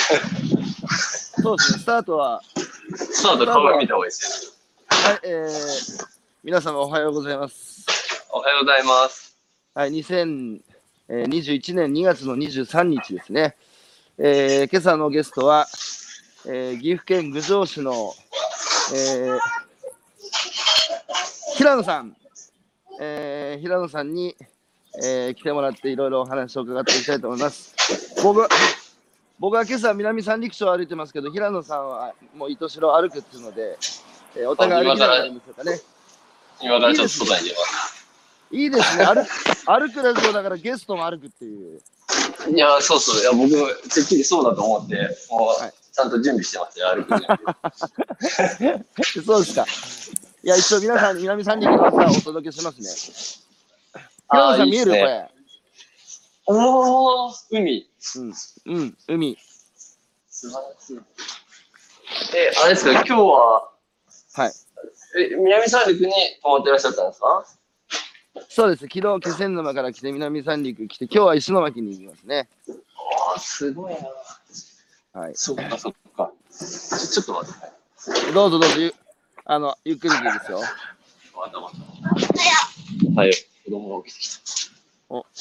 そうですね、スタート鏡見た方がいいですはい、皆様おはようございます。 おはようございます。 はい、2021年2月の23日ですね。今朝のゲストは、岐阜県郡上市の、平野さん、平野さんに、来てもらっていろいろお話を伺っていきたいと思います。僕は今朝南三陸町を歩いてますけど、平野さんはもう糸代を歩くっていうので、お互い歩きながらいいんでしょうかね。 今からちょっと外に出ます。 いいですね。歩くラジオだからゲストも歩くっていう。 いや、そうそう。いや、僕、てっきりそうだと思って、もう、ちゃんと準備してますよ、歩く準備。 そうですか。いや、一応皆さんに南三陸の朝をお届けしますね。平野さん見えるこれ。 おー、海。 海。 素晴らしい。あれですか、今日は、 はい。 南三陸に泊まってらっしゃったんですか？ そうです。昨日気仙沼から来て南三陸来て、今日は石巻に行きますね。 すごいな。 はい。 そっかそっか。ちょっと待って。 どうぞゆっくりでいいですよ。 はい。子供が起きてきた。 お。よ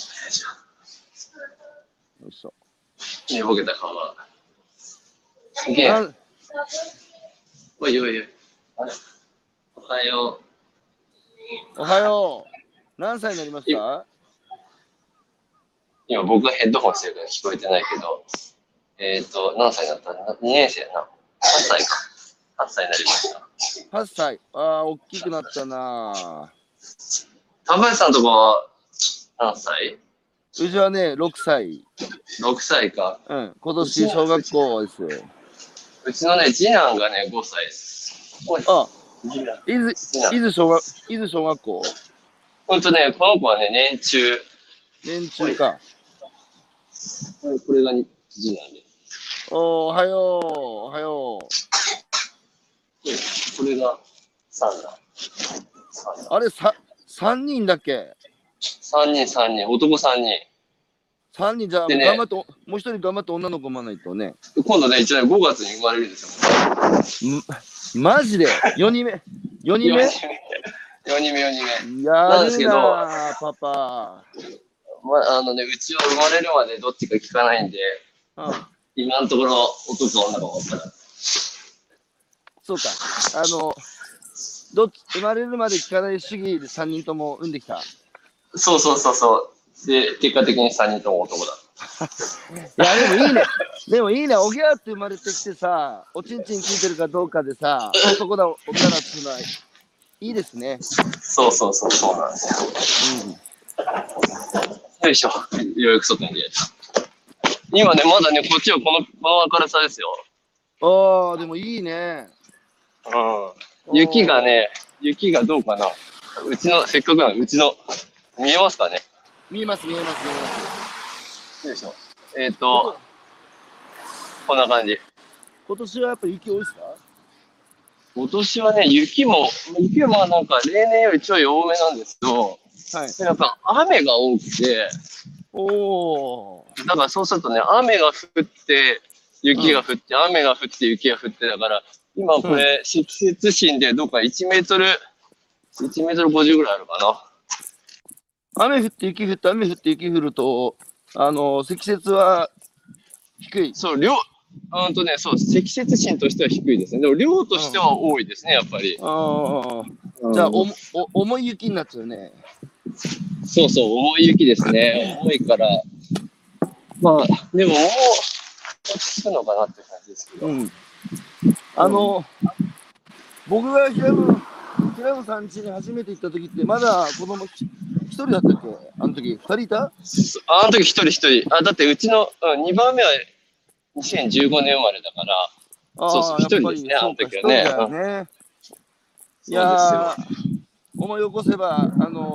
いしょ。 寝ぼけた顔が。すげえ。おいおいおい。おはよう。おはよう。何歳になりました？ 今僕がヘッドホンしてるから聞こえてないけど、何歳になった？ 2 年生やな。8歳か。8歳になりました。 8歳。大きくなったな。 田林さんとこは何歳？ うちはね、6歳。 6歳か。 うん。今年小学校ですよ。 うちのね、次男がね、5歳です。 伊豆小学校？ ほんとね、この子はね、年中。 年中か。 これが次男で。 おはよう。おはよう。 これが三男。 あれ、3人だっけ ？3人、男3人。 3人じゃあ、 ね、 頑張って、もう一人頑張って女の子産まないとね。 今度ね、一応ね、5月に生まれるんですよ。 マジで ?4 人目 ?4 人目 ?4 人目。 やるなパパ。 うちは生まれるまでどっちか聞かないんで、今のところ男か女か分からない。 そうか。生まれるまで聞かない主義で3人とも産んできた。 そう。で、結果的に3人とも男だ。 いや、でもいいね。でもいいね。おぎゃーって生まれてきてさ、おちんちんついてるかどうかでさ、男だ、女だっていうのは、いいですね。 そうなんですよ。よいしょ。ようやく外に出た。今ね、まだね、こっちはこの明るさですよ。 でもいいね。 雪がどうかな。せっかくなの、見えますかね？ 見えます。 よいしょ。こんな感じ。 今年はやっぱり雪多いですか？ 今年はね、雪はなんか例年よりちょい多めなんですけど、やっぱ雨が多くて、だからそうするとね、雨が降って、雪が降って、雨が降って、雪が降って、だから、今これ、積雪深でどっか1メートル50ぐらいあるかな。 雨降って雪降って雨降って雪降ると、積雪は低い。 そう、積雪深としては低いですね。でも量としては多いですね、やっぱり。 じゃあ重い雪になっちゃうね。 そう、重い雪ですね。重いから。まあ、でももう、落ち着くのかなって感じですけど。 僕が平野さん家に初めて行った時って、まだ子供一人だったっけ？あの時、2人いた？ あの時一人。だってうちの、2番目は2015年生まれだから、一人ですね、あの時はね。 いやー、思い起こせば、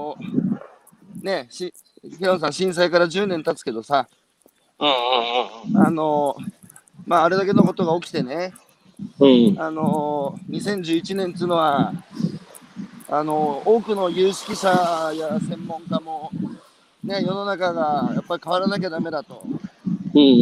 平野さん震災から10年経つけどさ、あれだけのことが起きてね、2011年っていうのは、多くの有識者や専門家も、ね、世の中がやっぱり変わらなきゃダメだと。 うんうん。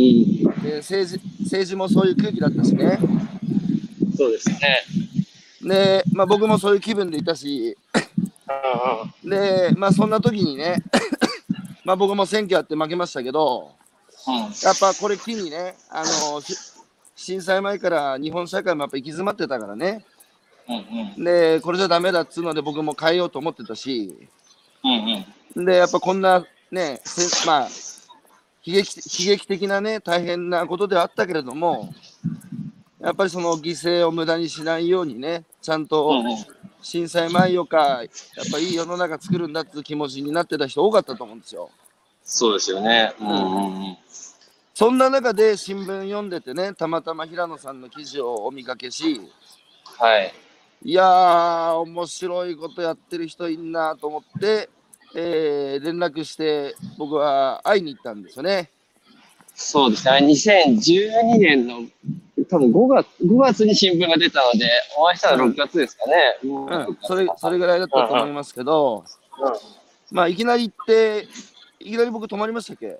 で政治もそういう空気だったしね。 そうですね。 で、まあ、僕もそういう気分でいたし、で、まあ、そんな時にね、まあ僕も選挙やって負けましたけど、やっぱこれ機にね、震災前から日本社会もやっぱ行き詰まってたからね。で、これじゃダメだっつうので僕も変えようと思ってたし、で、やっぱこんなね、まあ、悲劇的なね、大変なことではあったけれども、やっぱりその犠牲を無駄にしないようにね、ちゃんと震災前よか、やっぱいい世の中作るんだっていう気持ちになってた人多かったと思うんですよ。 そうですよね。 そんな中で新聞読んでてね、たまたま平野さんの記事をお見かけし、 はい。 いやー、面白いことやってる人いんなと思って、連絡して僕は会いに行ったんですよね。 そうですね。2012年の多分5月に新聞が出たので、お会いしたのは6月ですかね。 それぐらいだったと思いますけど、まあいきなり行って、いきなり僕泊まりましたっけ？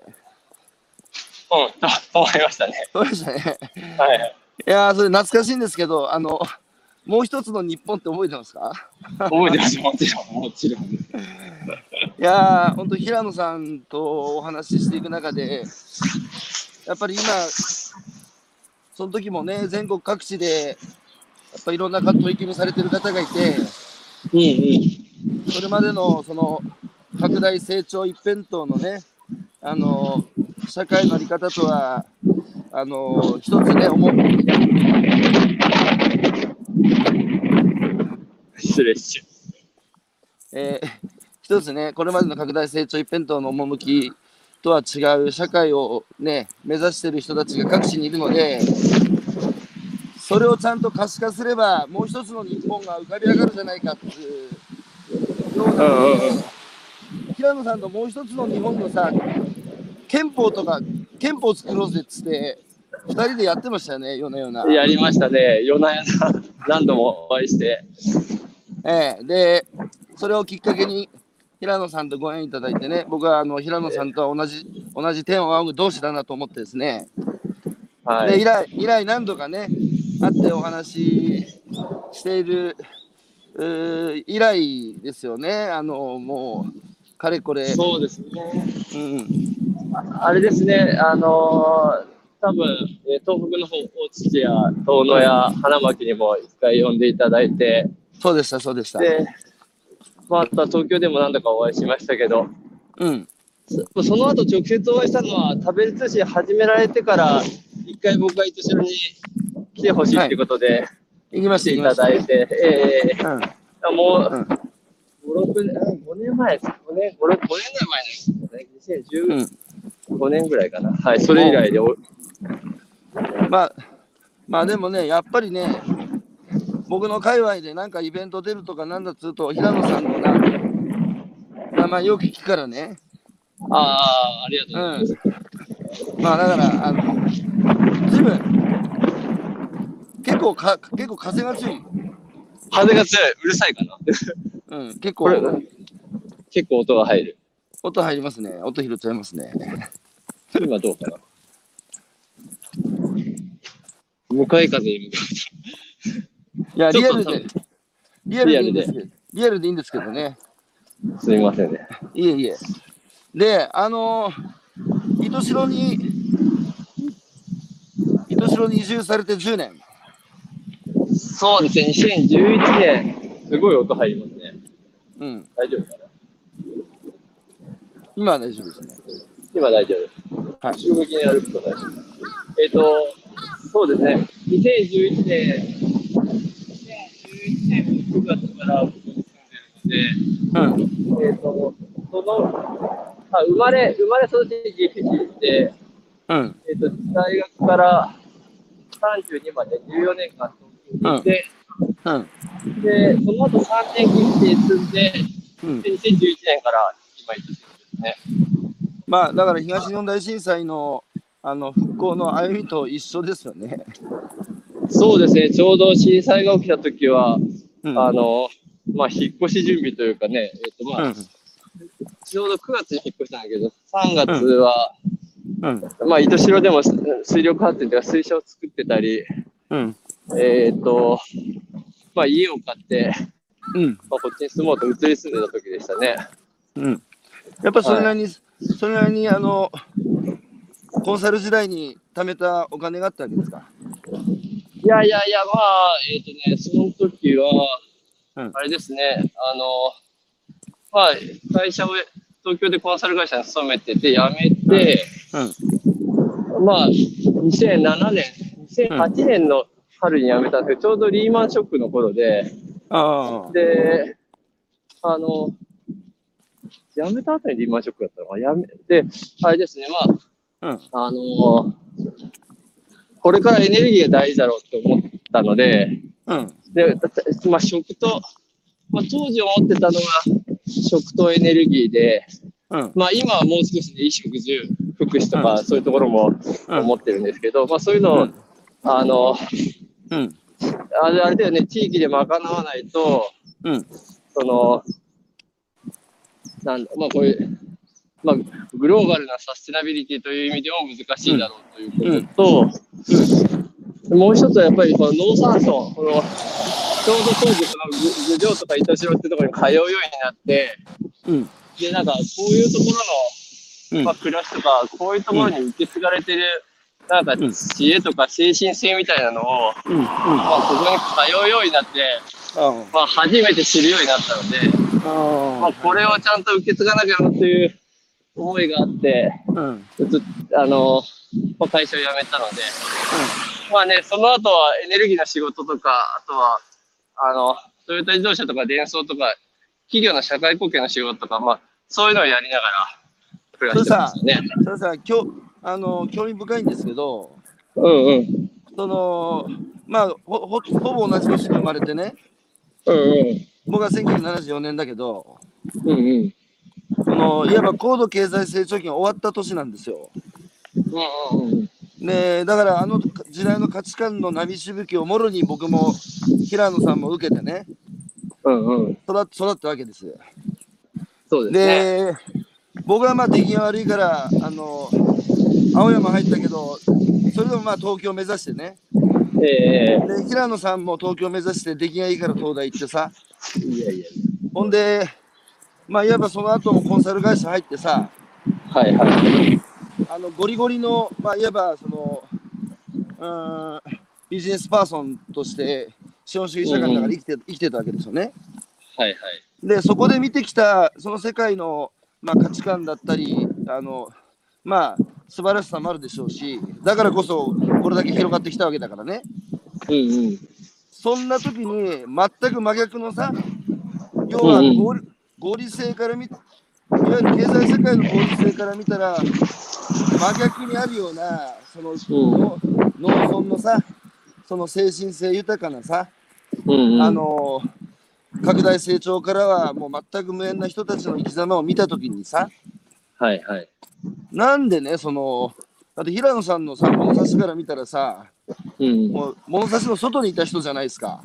泊まりましたね。 泊まりましたね。 はい。 いやー、それ懐かしいんですけど、もう一つの日本って覚えてますか？ 覚えてます、もちろん、もちろん。 いやー、本当平野さんとお話ししていく中で、やっぱり今、その時もね、全国各地で、やっぱりいろんな取り組みされてる方がいて、それまでのその拡大成長一辺倒のね、社会のあり方とは、一つね、 失礼し一つね、これまでの拡大成長一辺倒の趣とは違う社会をね、目指している人たちが各地にいるので、それをちゃんと可視化すれば、もう一つの日本が浮かび上がるじゃないかっていうような、平野さんともう一つの日本のさ、憲法を作ろうぜっつって、2人でやってましたよね、夜な夜な。 やりましたね、夜な夜な何度もお会いして。 で、それをきっかけに、平野さんとご縁いただいてね、僕は平野さんとは同じテーマを仰ぐ同士だなと思ってですね、 はい、 で以来何度かね、会ってお話ししている以来ですよね、もう、かれこれ。 そうですね。あれですね、多分東北の方、大槌や遠野や花巻にも一回呼んでいただいて、 そうでした、そうでした。 で、また東京でも何度かお会いしましたけど、その後直接お会いしたのは、食べる通信始められてから、一回僕が糸代に来てほしいということで、 行きました、 いただいて、もう、5年前です。5年ぐらい前ですね。2015年ぐらいかな。はい、それ以来で。 まあでもね、やっぱりね、僕の界隈でなんかイベント出るとかなんだっつうと、平野さんの名前よく聞くからね。 ありがとうございます。 まあだから、随分、結構風が強い。 風が強い。うるさいかな。 結構音が入る。 音入りますね。音拾っちゃいますね。 今どうかな。向かい風に向かいや、リアルでいいんですけど、リアルでいいんですけどね。 すみませんね。 いえいえ。で、糸代に移住されて10年。 そうですね、2011年、すごい音入りますね。大丈夫かな。 今は大丈夫ですね。 今大丈夫。はい。中向きに歩くと大丈夫。そうですね、2011年9月からここに住んでるので、生まれ育ち岐阜市で、大学から32まで14年間東京にいて、で、その後3年岐阜市に住んで、2011年から今行ってるんですね。 まあ、だから東日本大震災の復興の歩みと一緒ですよね。 そうですね、ちょうど震災が起きたときは、引っ越し準備というかね、ちょうど9月に引っ越したんだけど、3月はまあ、糸代でも水力発電とか水車を作ってたり、まあ、家を買って、まあ、こっちに住もうと移り住んでた時でしたね。 やっぱそれなりに、それなりにコンサル時代に貯めたお金があったわけですか？ いや、まあ、その時は、あれですね、まあ、会社を、東京でコンサル会社に勤めてて、辞めて、まあ、2007年、2008年の春に辞めたんですけど、ちょうどリーマンショックの頃で、で、辞めた後にリーマンショックだったのかな。辞めて、あれですね、まあ、これからエネルギーが大事だろうって思ったので、で、まあ、食と、まあ、当時思ってたのが食とエネルギーで、まあ、今はもう少しね、衣食住、福祉とか、そういうところも思ってるんですけど、まあ、そういうのを、あれだよね、地域で賄わないと、まあ、こういう、まあ、グローバルなサステナビリティという意味でも難しいだろうということと、もう一つはやっぱりこの農産村、ちょうど当時郡上とか糸代ってところに通うようになって、で、なんかこういうところの、まあ、暮らしとか、こういうところに受け継がれてる、なんか知恵とか精神性みたいなのを、まあ、ここに通うようになって、まあ、初めて知るようになったので、まあ、これをちゃんと受け継がなきゃなという思いがあって、まあ、会社を辞めたので、まあね、その後はエネルギーの仕事とか、あとは、トヨタ自動車とかデンソーとか、企業の社会貢献の仕事とか、まあ、そういうのをやりながら暮らしてましたね。 それさ、興味深いんですけど、まあ、ほぼ同じ年に生まれてね、僕は1974年だけど、いわば高度経済成長期が終わった年なんですよ。だからあの時代の価値観の波しぶきをもろに僕も平野さんも受けてね、育ったわけです。 そうですね。 僕はまあ出来が悪いから青山入ったけど、それでもまあ東京目指してね。で平野さんも東京目指して出来がいいから東大行ってさ。ほんで、まあいわばその後もコンサル会社入ってさ、ゴリゴリの、まあいわばビジネスパーソンとして資本主義社会の中で生きてたわけですよね。で、そこで見てきたその世界の、まあ、価値観だったり、まあ素晴らしさもあるでしょうし、だからこそこれだけ広がってきたわけだからね。そんな時に全く真逆のさ、要は合理性からいわゆる経済世界の合理性から見たら真逆にあるようなその農村のさ、その精神性豊かなさ、拡大成長からはもう全く無縁な人たちの生き様を見たときにさ、なんでね、だって平野さんのさ、物差しから見たらさ、もう物差しの外にいた人じゃないですか。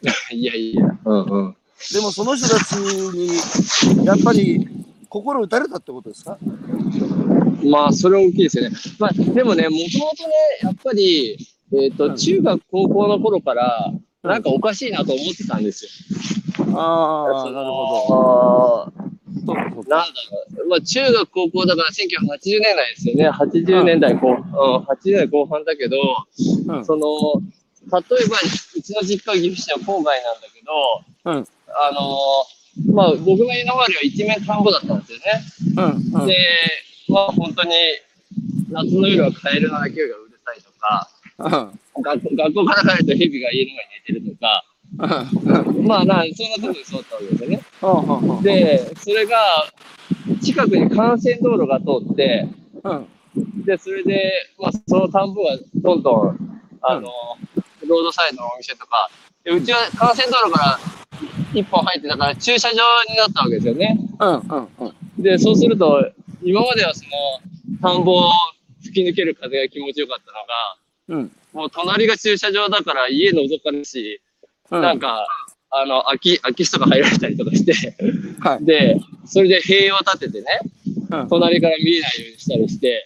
でもその人たちにやっぱり心打たれたってことですか？ まあ、それは大きいですよね。まあ、でもね、もともとね、やっぱり、中学、高校の頃から、なんかおかしいなと思ってたんですよ。 なるほど。 なんだろう。まあ、中学、高校だから1980年代ですよね。80年代後半だけど、例えば、うちの実家は岐阜市の郊外なんだけど、まあ、僕の家の周りは一面田んぼだったんですよね。で、まあ、本当に、夏の夜はカエルの鳴き声がうるさいとか、学校から帰ると蛇が家の前に寝てるとか、まあそんなところで育ったわけですよね。で、それが近くに幹線道路が通って、で、それで、まあ、その田んぼがどんどん、ロードサイドのお店とか、でうちは幹線道路から一本入って、だから駐車場になったわけですよね。で、そうすると、今まではその田んぼを吹き抜ける風が気持ちよかったのが、もう隣が駐車場だから家覗かれるし、なんか、空き巣とか入られたりとかして、で、それで塀を立ててね、隣から見えないようにしたりして、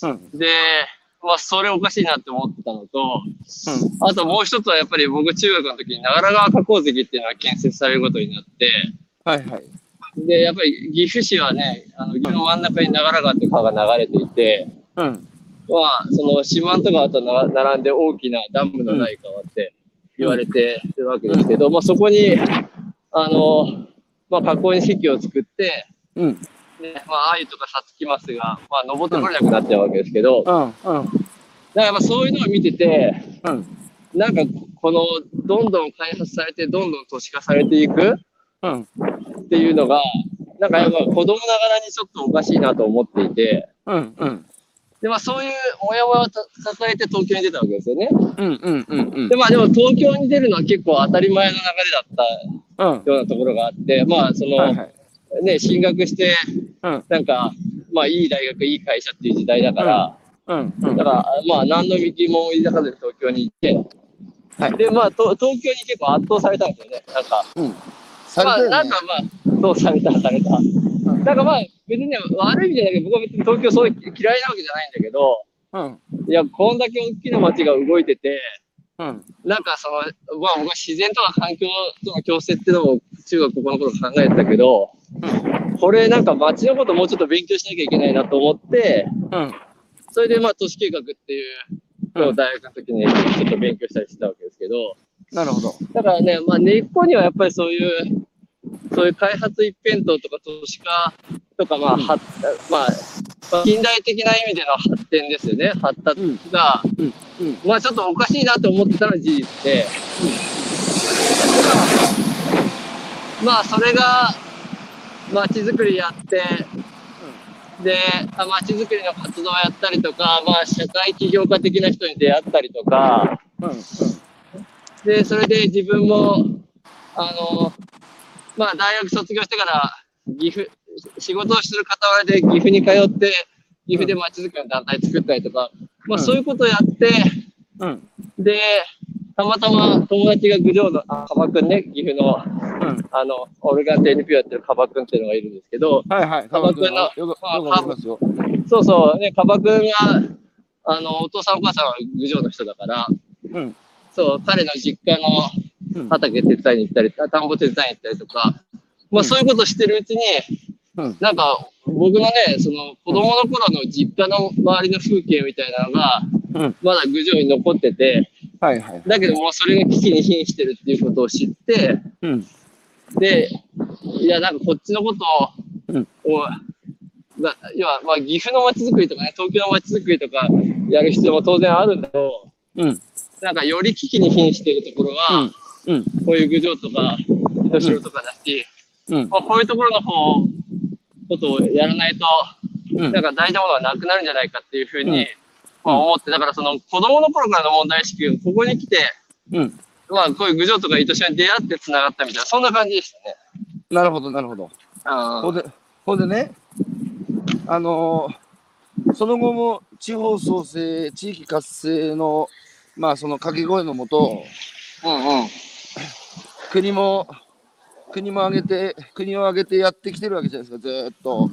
で、まあ、それおかしいなって思ったのと、あともう一つはやっぱり僕中学の時に長良川河口堰っていうのが建設されることになって、で、やっぱり岐阜市はね、岐阜の真ん中に長良川っていう川が流れていて、まあ、その四万十川と並んで大きなダムのない川って言われてるわけですけど、まあそこに、まあ河口に堰を作って、ね、まあ、鮎とかさつきますが、まあ、登ってこれなくなっちゃうわけですけど、だからまあそういうのを見てて、なんか、この、どんどん開発されて、どんどん都市化されていくっていうのが、なんかやっぱ子供ながらにちょっとおかしいなと思っていて、で、まあそういうモヤモヤを抱えて東京に出たわけですよね。で、まあでも東京に出るのは結構当たり前の流れだったようなところがあって、まあその、ね、進学して、なんか、まあ、いい大学、いい会社っていう時代だから、だから、まあ、何の見きも抱かずに東京に行って、で、まあ、東京に結構圧倒されたんですよね、なんか。まあ、なんかまあ、そうされた。なんかまあ、別にね、悪い意味じゃないけど、僕は別に東京そう嫌いなわけじゃないんだけど、いや、こんだけ大きな街が動いてて、なんかその、まあ僕は自然とか環境との共生っていうのも中学高校の頃考えてたけど、これなんか街のこともうちょっと勉強しなきゃいけないなと思って、それでまあ都市計画っていうのを大学の時にちょっと勉強したりしてたわけですけど、 なるほど。 だからね、まあ根っこにはやっぱりそういう開発一辺倒とか都市化とか、まあ、近代的な意味での発展ですよね。発達が、まあちょっとおかしいなと思ってたのは事実で、まあそれが街づくりやって、で、街づくりの活動をやったりとか、まあ社会起業家的な人に出会ったりとか、で、それで自分も、まあ大学卒業してから仕事をする傍らで岐阜に通って、岐阜で街づくりの団体作ったりとか、まあそういうことをやって、で、たまたま友達が郡上の、カバ君ね、岐阜の、オルガンって NPO やってるカバ君っていうのがいるんですけど、カバ君の、そうそう、ね、カバ君が、お父さんお母さんは郡上の人だから、そう、彼の実家の畑手伝いに行ったり、田んぼ手伝いに行ったりとか、まあそういうことをしてるうちに、なんか僕のね、その子供の頃の実家の周りの風景みたいなのが、まだ郡上に残ってて、だけどもうそれが危機に瀕してるっていうことを知って、で、いやなんかこっちのことを、要はまあ岐阜の街づくりとかね、東京の街づくりとかやる必要も当然あるんだけど、なんかより危機に瀕しているところは、こういう郡上とか糸代とかだし、まあ、こういうところのことをやらないと、なんか大事なものがなくなるんじゃないかっていうふうに、まあ、思って、だからその子供の頃からの問題意識がここに来て、まあこういう郡上とか糸代に出会って繋がったみたいな、そんな感じでしたね。 なるほど、なるほど。ほんでね、その後も地方創生、地域活性の、まあその掛け声のもと、国を挙げてやってきてるわけじゃないですか、ずーっと。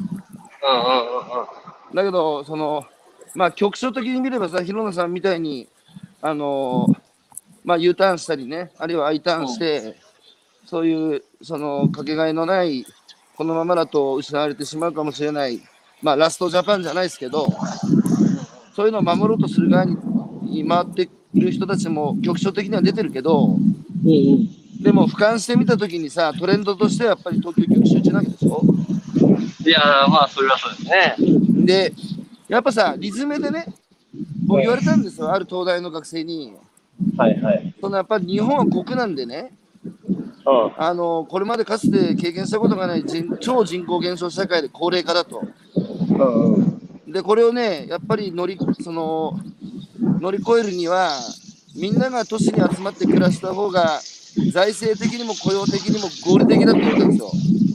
だけど、まあ局所的に見ればさ、広野さんみたいに、まあ U ターンしたりね、あるいは I ターンして、そういうかけがえのないこのままだと失われてしまうかもしれない、まあラストジャパンじゃないですけど、そういうのを守ろうとする側に回っている人たちも局所的には出てるけど、でも俯瞰してみたときにさ、トレンドとしてはやっぱり東京局集中なわけでしょ。 いやまあそれはそうですね。 で、やっぱさ、リズムでね、僕言われたんですよ、ある東大の学生に。やっぱり日本は国なんでね、これまでかつて経験したことがない超人口減少社会で高齢化だと。で、これをね、やっぱり乗り越えるには、みんなが都市に集まって暮らした方が、財政的にも雇用的にも合理的だって言ったんですよ。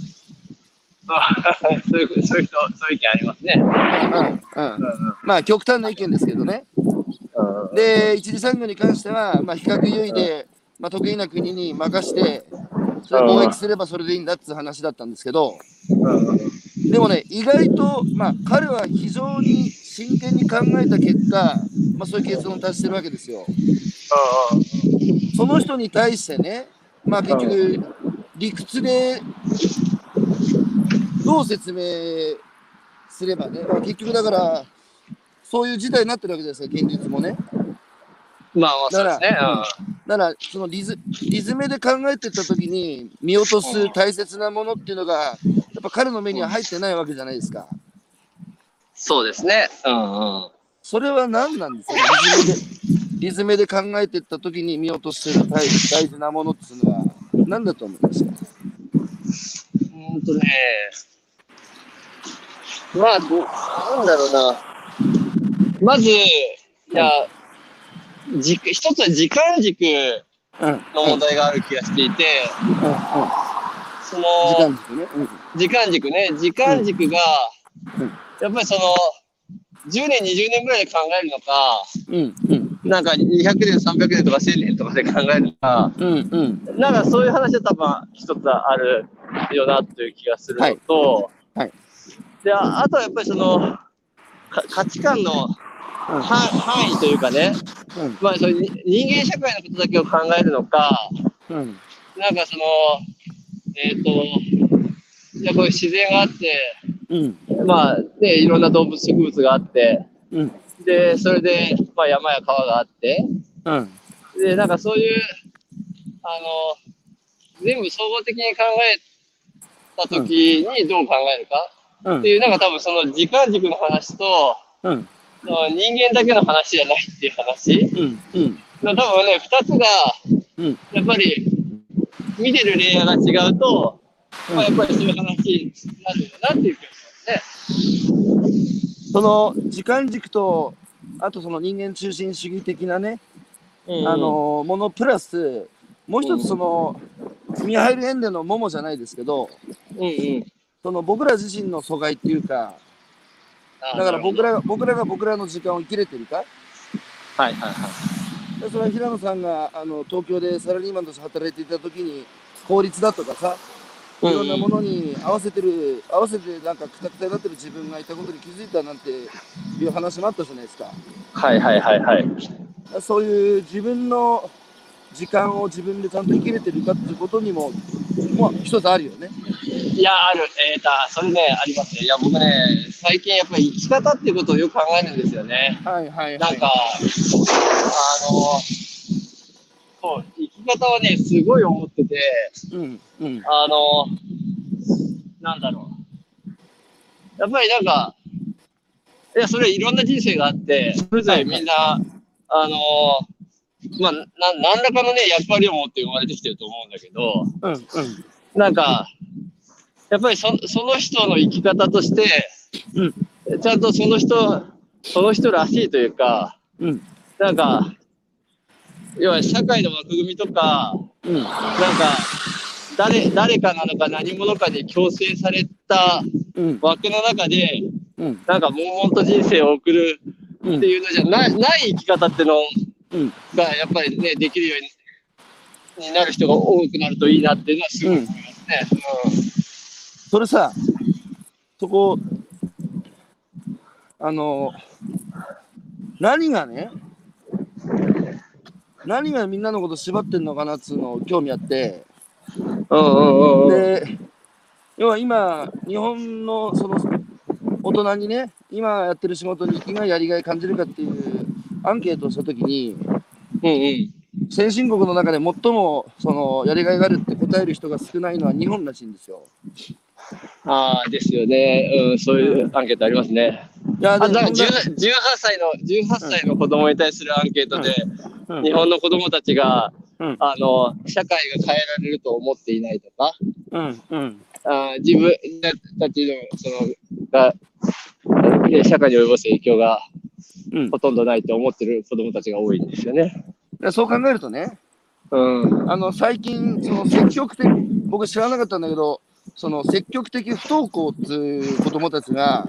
そういう意見ありますね。 まあ極端な意見ですけどね。で、一次産業に関しては、まあ、比較優位で、まあ、得意な国に任して、それ貿易すればそれでいいんだっていう話だったんですけど、でもね、意外と、まあ、彼は非常に真剣に考えた結果、まあ、そういう結論を達してるわけですよ。その人に対してね、まあ結局、理屈でどう説明すればね、まあ、結局だから、そういう事態になってるわけですよ、現実もね。 まあまあ、そうですね。 だから、そのリズムで考えてったときに、見落とす大切なものっていうのが、やっぱ彼の目には入ってないわけじゃないですか。 そうですね。 それは何なんですかね、リズムで考えてったときに見落としてる大事なものっていうのは、何だと思いますか？ まあ、なんだろうな。まず、一つは時間軸の問題がある気がしていて、その、時間軸が、やっぱりその、10年、20年ぐらいで考えるのか、なんか200年、300年とか1000年とかで考えるのか、なんかそういう話は多分一つあるよなという気がするのと、で、あとはやっぱりその、価値観の範囲というかね、まあそういう人間社会のことだけを考えるのか、なんかその、じゃあこういう自然があって、まあね、いろんな動物植物があって、で、それで、まあ山や川があって、で、なんかそういう、全部総合的に考えたときにどう考えるかっていう、なんか多分その時間軸の話と、人間だけの話じゃないっていう話、多分ね、二つが、やっぱり見てるレイヤーが違うと、まあやっぱりそういう話になるよなっていう気がしますね。 その時間軸と、あとその人間中心主義的なね、ものプラス、もう一つその、ミハイル・エンデのモモじゃないですけど、その僕ら自身の阻害っていうか、だから僕らが僕らの時間を生きれてるか、でそれは平野さんが東京でサラリーマンとして働いていた時に効率だとかさ、いろんなものに合わせてなんかくたくたになってる自分がいたことに気づいたなんていう話もあったじゃないですか。そういう自分の時間を自分でちゃんと生きれてるかっていうことにも、まあ一つあるよね。 いや、ある。それね、ありますね。いや、僕ね、最近やっぱり生き方っていうことをよく考えるんですよね。なんか、そう、生き方はね、すごい思ってて、なんだろう。やっぱりなんか、いや、それいろんな人生があって、それぞれみんな、まあ、何らかのね、役割を持って生まれてきてると思うんだけど、なんか、やっぱりその人の生き方として、ちゃんとその人らしいというか、なんか、要は社会の枠組みとか、なんか、誰かなのか何者かに強制された枠の中で、なんか悶々と人生を送るっていうのじゃない生き方ってのがやっぱりね、できるようになる人が多くなるといいなっていうのはすごい思いますね。 それさ、そこ、何がみんなのこと縛ってんのかなっつうの興味あって、で、要は今、日本のその大人にね、今やってる仕事に生きがいやりがい感じるかっていうアンケートをしたときに、先進国の中で最もそのやりがいがあるって答える人が少ないのは日本らしいんですよ。 ですよね。そういうアンケートありますね。いや、だから18歳の子供に対するアンケートで、日本の子供たちが、社会が変えられると思っていないとか、自分たちの社会に及ぼす影響がほとんどないと思ってる子供たちが多いんですよね。 そう考えるとね、最近その積極的、僕知らなかったんだけど、その積極的不登校っていう子供たちが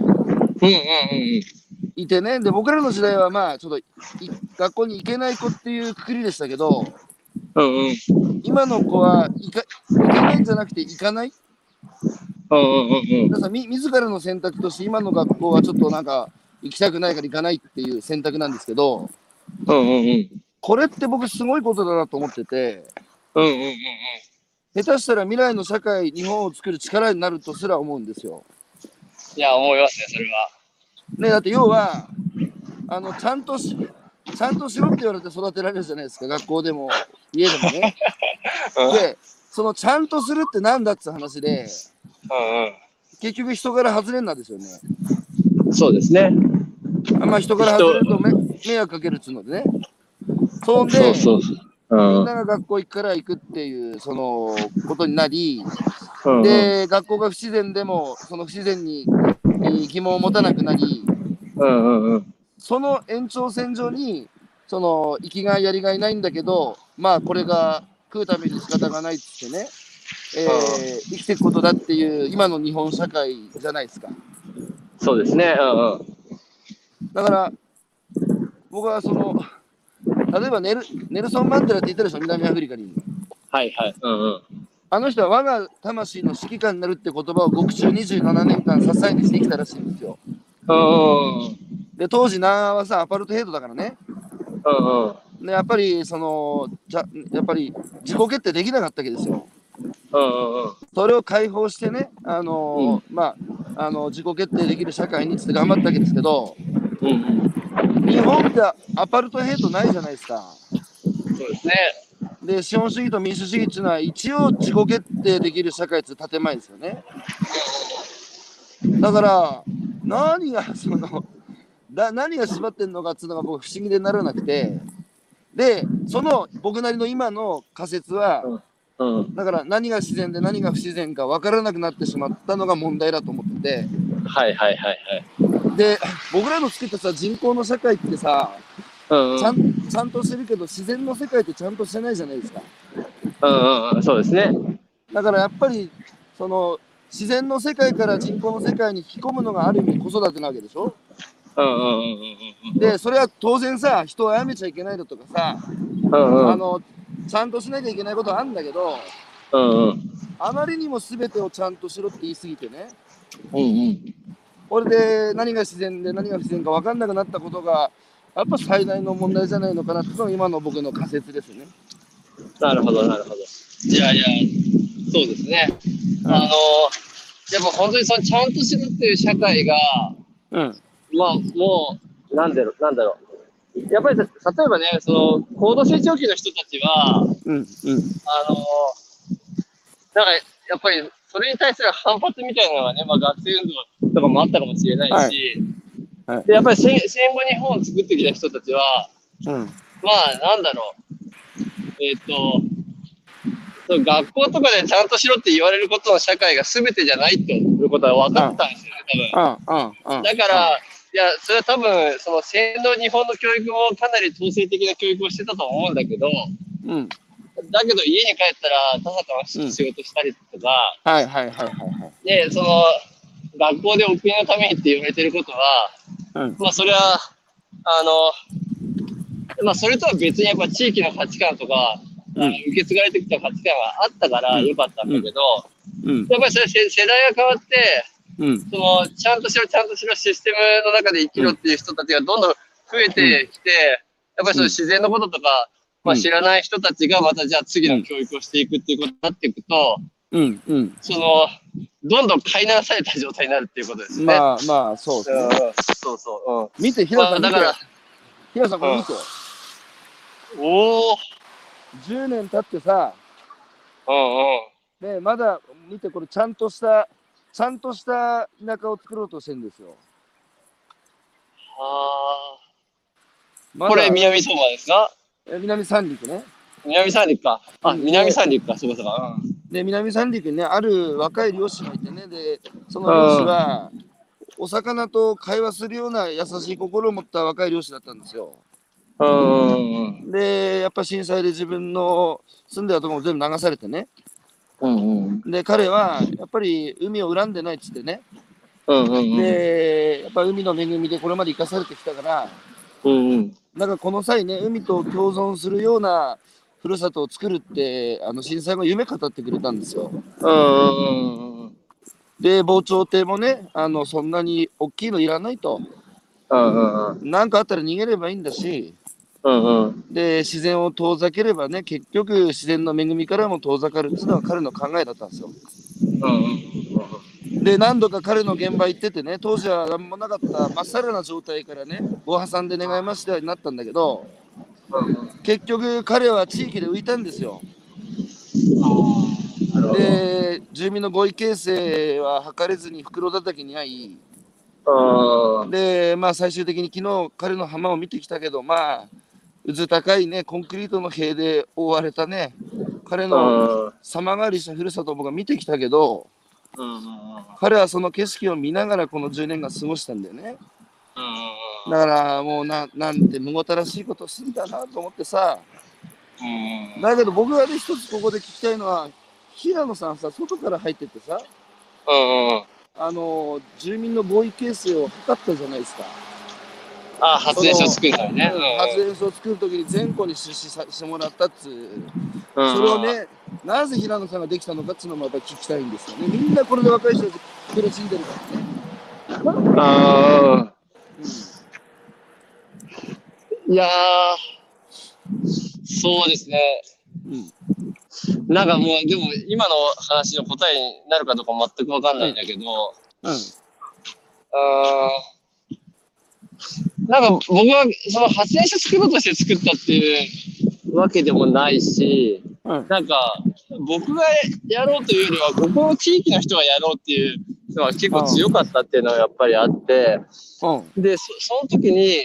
いてね、で僕らの時代はまあちょっと学校に行けない子っていうくくりでしたけど、今の子は行けないんじゃなくて行かない。だから自らの選択として今の学校はちょっとなんか行きたくないから行かないっていう選択なんですけど、 うんうんうん。 これって僕すごいことだなと思ってて、 うんうんうんうん。 下手したら未来の社会、日本を作る力になるとすら思うんですよ。 いや、思いますね、それは。 ね、だって要は、ちゃんとしろって言われて育てられるじゃないですか、学校でも家でもね。で、そのちゃんとするってなんだって話で、結局人から外れんなんですよね。 そうですね。 人から外れると迷惑かけるっつうのでね。そんで、みんなが学校行くから行くっていうそのことになり、で、学校が不自然でもその不自然に疑問を持たなくなり、その延長線上にその生きがいやりがいないんだけど、まあこれが食うために仕方がないっつってね、生きていくことだっていう今の日本社会じゃないですか。 そうですね。 だから僕はその例えばネルソン・マンデラって言ったでしょ、南アフリカに。 はいはい。 あの人は我が魂の指揮官になるって言葉を獄中27年間支えにしてきたらしいんですよ。で、当時南アはさ、アパルトヘイトだからね。で、やっぱりそのやっぱり自己決定できなかったわけですよ。それを解放してね、自己決定できる社会につって頑張ったわけですけど、日本ってアパルトヘイトないじゃないですか。 そうですね。 で、資本主義と民主主義っていうのは一応自己決定できる社会って建前ですよね。だから何が縛ってんのかっていうのが僕不思議でならなくて、でその僕なりの今の仮説は、だから何が自然で何が不自然か分からなくなってしまったのが問題だと思ってて、で僕らの作ったさ人口の社会ってさ、ちゃんとしてるけど自然の世界ってちゃんとしてないじゃないですか。 そうですね。 だからやっぱりその自然の世界から人口の世界に引き込むのがある意味子育てなわけでしょ。でそれは当然さ、人を殺めちゃいけないのとかさ、ちゃんとしなきゃいけないことはあるんだけど、あまりにも全てをちゃんとしろって言い過ぎてね、これで何が自然で何が不自然か分かんなくなったことがやっぱ最大の問題じゃないのかなっていうのが今の僕の仮説ですね。 なるほどなるほど。いやそうですね。やっぱ本当にそのちゃんとしろっていう社会が、まあもうなんだろう。やっぱり例えばね、その高度成長期の人たちは、なんかやっぱりそれに対する反発みたいなのがね、学生運動とかもあったかもしれないし、でやっぱり戦後日本を作ってきた人たちは、なんだろう、学校とかでちゃんとしろって言われることの社会が全てじゃないっていうことは分かったんですよね、多分。だから、いや、それは多分、その戦後日本の教育もかなり統制的な教育をしてたと思うんだけど、だけど家に帰ったら田畑の仕事したりとか、で、その、学校でお国のためにって言われてることは、それは、それとは別にやっぱ地域の価値観とか、受け継がれてきた価値観があったからよかったんだけど、やっぱりそれ世代が変わって、そのちゃんとしろシステムの中で生きろっていう人たちがどんどん増えてきて、やっぱりその自然のこととか、知らない人たちがまたじゃあ次の教育をしていくっていうことになっていくと、そのどんどん飼いならされた状態になるっていうことですね。 そうですね。見て、平さん、平さんこれ見て。10年経ってさ、でまだ見て、これちゃんとした田舎を作ろうとしてるんですよ。 これ南相馬ですか？ 南三陸ね。 南三陸か。南三陸か、そうか。 で、南三陸にね、ある若い漁師がいてね、で、その漁師は、お魚と会話するような優しい心を持った若い漁師だったんですよ。で、やっぱ震災で自分の住んでたところも全部流されてね。で、彼はやっぱり海を恨んでないっつってね。で、やっぱ海の恵みでこれまで生かされてきたから、だからこの際ね、海と共存するようなふるさとを作るって、震災後夢語ってくれたんですよ。で、防潮堤もね、そんなに大きいのいらないと。 なんかあったら逃げればいいんだし、で、自然を遠ざければね、結局自然の恵みからも遠ざかるっていうのは彼の考えだったんですよ。で、何度か彼の現場行っててね、当時は何もなかったまっさらな状態からね、ご破産で願いましたようになったんだけど、結局彼は地域で浮いたんですよ。で、住民の合意形成は図れずに袋叩きに遭い、で、まあ最終的に昨日彼の浜を見てきたけど、まあ、うず高いね、コンクリートの塀で覆われたね、彼の様変わりしたふるさとを僕は見てきたけど、彼はその景色を見ながらこの10年間過ごしたんだよね。だからもうなんてむごたらしいことすんだなと思ってさ。だけど僕がね、一つここで聞きたいのは、平野さんさ、外から入ってってさ、住民の合意形成を図ったじゃないですか。 発電所作るのにね。 発電所を作るときに全戸に出資してもらったっつう。それをね、なぜ平野さんができたのかっていうのもやっぱり聞きたいんですよね。みんなこれで若い人たち苦しんでるからね。 いやそうですね。なんかもう、でも今の話の答えになるかどうか全くわかんないんだけど、なんか僕はその発電所作ろうとして作ったっていうわけでもないし、なんか僕がやろうというよりは、ここの地域の人がやろうっていうのは結構強かったっていうのはやっぱりあって、で、その時に、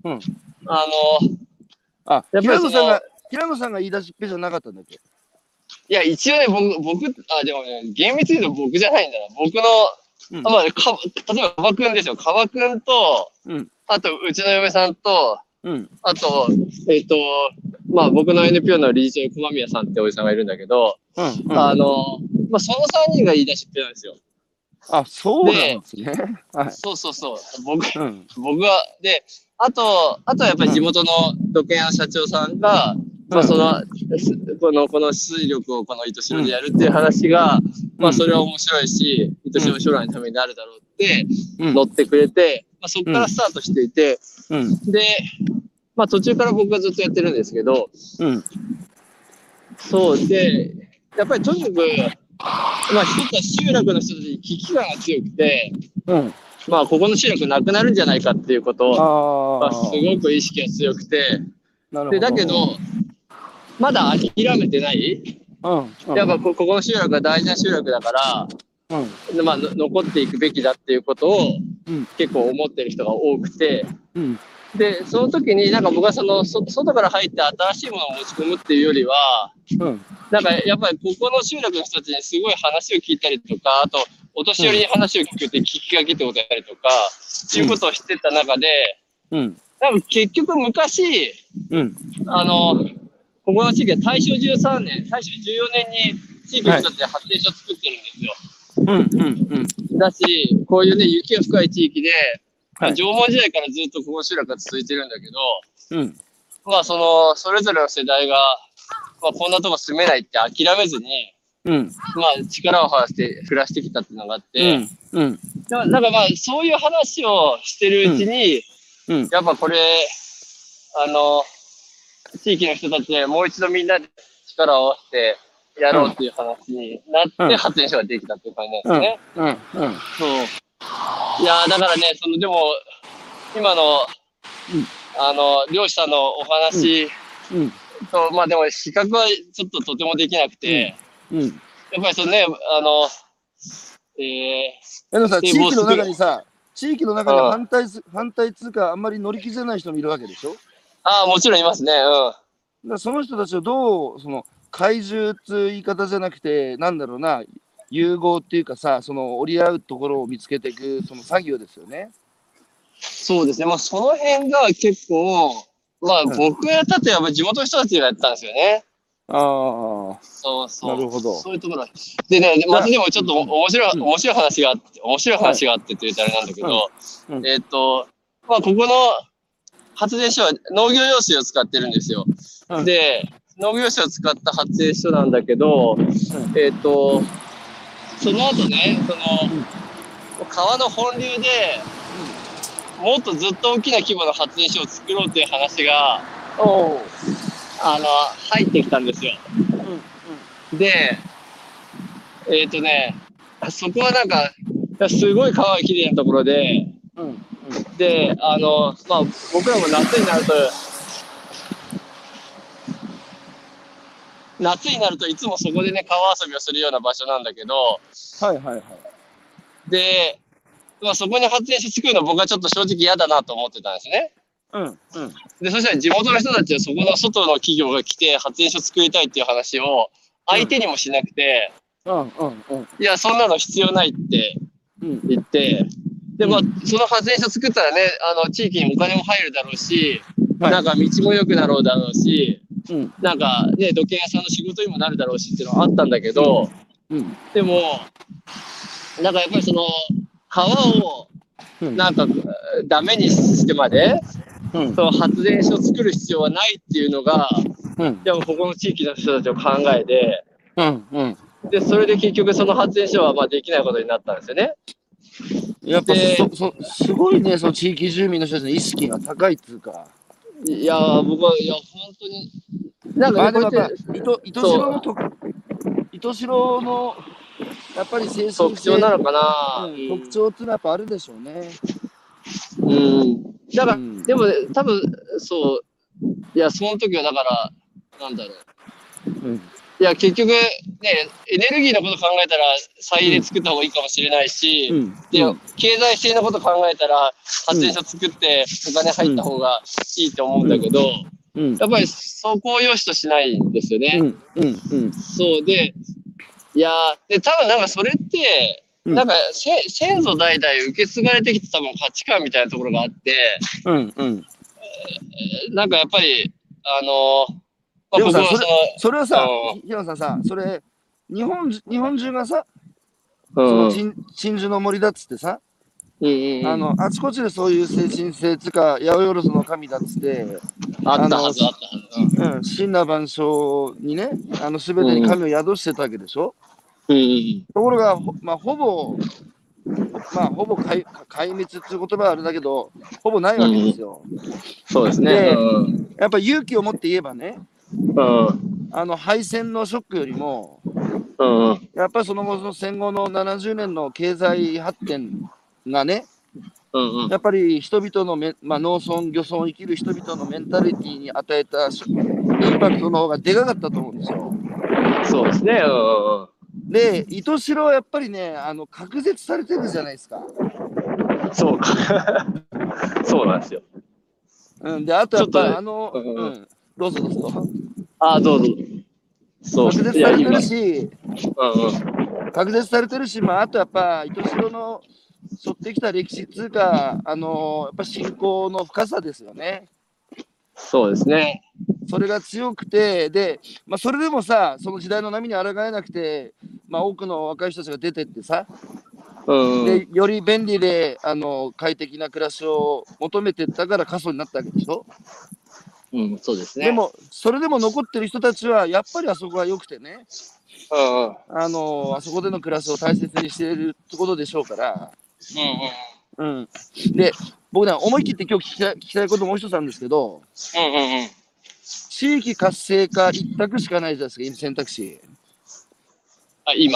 平野さんが言い出しっぺじゃなかったんだっけ？ いや、一応ね、でもね、厳密に言うと僕じゃないんだな。僕の、例えば、カバくんですよ。カバくんと、あと、うちの嫁さんと、あと、まあ、僕の NPO の理事長、駒宮さんっておじさんがいるんだけど、まあ、その3人が言い出しっぺなんですよ。 そうなんですね。 そう。僕は、で、あとはやっぱり地元の土建屋の社長さんが、まあこの水力をこの糸代でやるっていう話が、まあそれは面白いし、糸代将来のためになるだろうって乗ってくれて、まあそこからスタートしていて、で、まあ途中から僕がずっとやってるんですけど、そうで、やっぱりとにかく、まあ一つは集落の人たちに危機感が強くて、まあここの集落なくなるんじゃないかっていうことを、まあ、すごく意識が強くて、でだけど、まだ諦めてない。やっぱここの集落は大事な集落だから、まあ残っていくべきだっていうことを結構思ってる人が多くて、で、その時になんか僕は外から入って新しいものを持ち込むっていうよりは、なんかやっぱりここの集落の人たちにすごい話を聞いたりとか、あとお年寄りに話を聞くって聞きかけてことやったりとか、いうことをしてた中で、なんか結局昔、ここの地域は大正13年、大正14年に地域の人たちで発電所を作ってるんですよ。だし、こういうね、雪が深い地域で、縄文時代からずっとこの集落が続いてるんだけど、まあそれぞれの世代が、まあこんなとこ住めないって諦めずに、まあ力を合わせて暮らしてきたっていうのがあって、なんかまあそういう話をしてるうちに、やっぱこれ、地域の人たちでもう一度みんなで力を合わせてやろうっていう話になって発電所ができたっていう感じなんですね。そう。いやだからね、でも、今の、漁師さんのお話と、まあでも比較はちょっととてもできなくて、やっぱり地域の中に反対通貨あんまり乗り気じゃない人もいるわけでしょ？ もちろんいますね。 その人たちをどう、怪獣っていう言い方じゃなくて、なんだろうな、融合っていうかさ、折り合うところを見つけていく、作業ですよね。 そうですね。まあ、その辺が結構、まあ、僕がやったってやっぱ地元の人たちがやったんですよね。そう。 なるほど。 そういうところ。でね、またでもちょっと面白い話があってって言うとあれなんだけど、まあ、ここの発電所は農業用水を使ってるんですよ。で、農業用水を使った発電所なんだけど、その後ね、川の本流で、 もっとずっと大きな規模の発電所を作ろうっていう話が、入ってきたんですよ。で、そこはなんか、すごい川がきれいなところで、で、僕らも夏になるといつもそこでね、川遊びをするような場所なんだけど、で、そこに発電所作るの僕はちょっと正直嫌だなと思ってたんですね。で、そしたら地元の人たちはそこの外の企業が来て発電所作りたいっていう話を相手にもしなくて、いや、そんなの必要ないって言って、で、その発電所作ったらね、地域にお金も入るだろうし、なんか道も良くなろうだろうし、なんかね、土建屋さんの仕事にもなるだろうしっていうのはあったんだけど、でも、なんかやっぱりその、川を、なんか、ダメにしてまで、その発電所を作る必要はないっていうのが、でもここの地域の人たちを考えて、で、それで結局その発電所はできないことになったんですよね。 やっぱすごいね、その地域住民の人たちの意識が高いっていうか。 いやー、僕は、いや、本当に。なんか、ね、 でもやっぱ、糸代の、やっぱり精神性特徴なのかな、 特徴っていうのはやっぱあるでしょうね。 だから、でも、多分、そう、いや、その時はだから、なんだろう。いや、結局、ね、エネルギーのこと考えたら、再エネ作った方がいいかもしれないし、で、経済性のこと考えたら、発電所作ってお金入った方がいいと思うんだけど、やっぱりそこを良しとしないんですよね。そうで、いやで、多分なんかそれって、なんか先祖代々受け継がれてきた多分価値観みたいなところがあって、なんかやっぱり、 でもさ、それはさ、平野さんさ、それ、日本中がさ、その鎮守の森だっつってさ、あちこちでそういう精神性つか、八百万の神だっつって、 あったはず。 神羅万象にね、すべてに神を宿してたわけでしょ。ところが、ほぼ壊滅っていう言葉はあれだけど、ほぼないわけですよ。 そうですね。 やっぱ勇気を持って言えばね、敗戦のショックよりも、やっぱりその後の戦後の70年の経済発展がね、やっぱり人々の農村、漁村を生きる人々のメンタリティに与えたインパクトの方がでかかったと思うんですよ。 そうですね。 で、糸代はやっぱりね、隔絶されてるじゃないですか。 そうか。そうなんですよ。 で、あとやっぱどうぞどうぞ。 どうぞ。 そう。隔絶されてるし、隔絶されてるし、あとやっぱ糸代の沿ってきた歴史っていうか、やっぱ信仰の深さですよね。 そうですね。 それが強くて、で、それでもさ、その時代の波に抗えなくて、多くの若い人たちが出てってさ、でより便利で快適な暮らしを求めてったから過疎になったわけでしょ。 そうですね。 でも、それでも残ってる人たちは、やっぱりあそこが良くてね、あそこでの暮らしを大切にしているってことでしょうから、で、僕ね、思い切って今日聞きたいこともう一つあるんですけど、地域活性化一択しかないじゃないですか、選択肢。 今？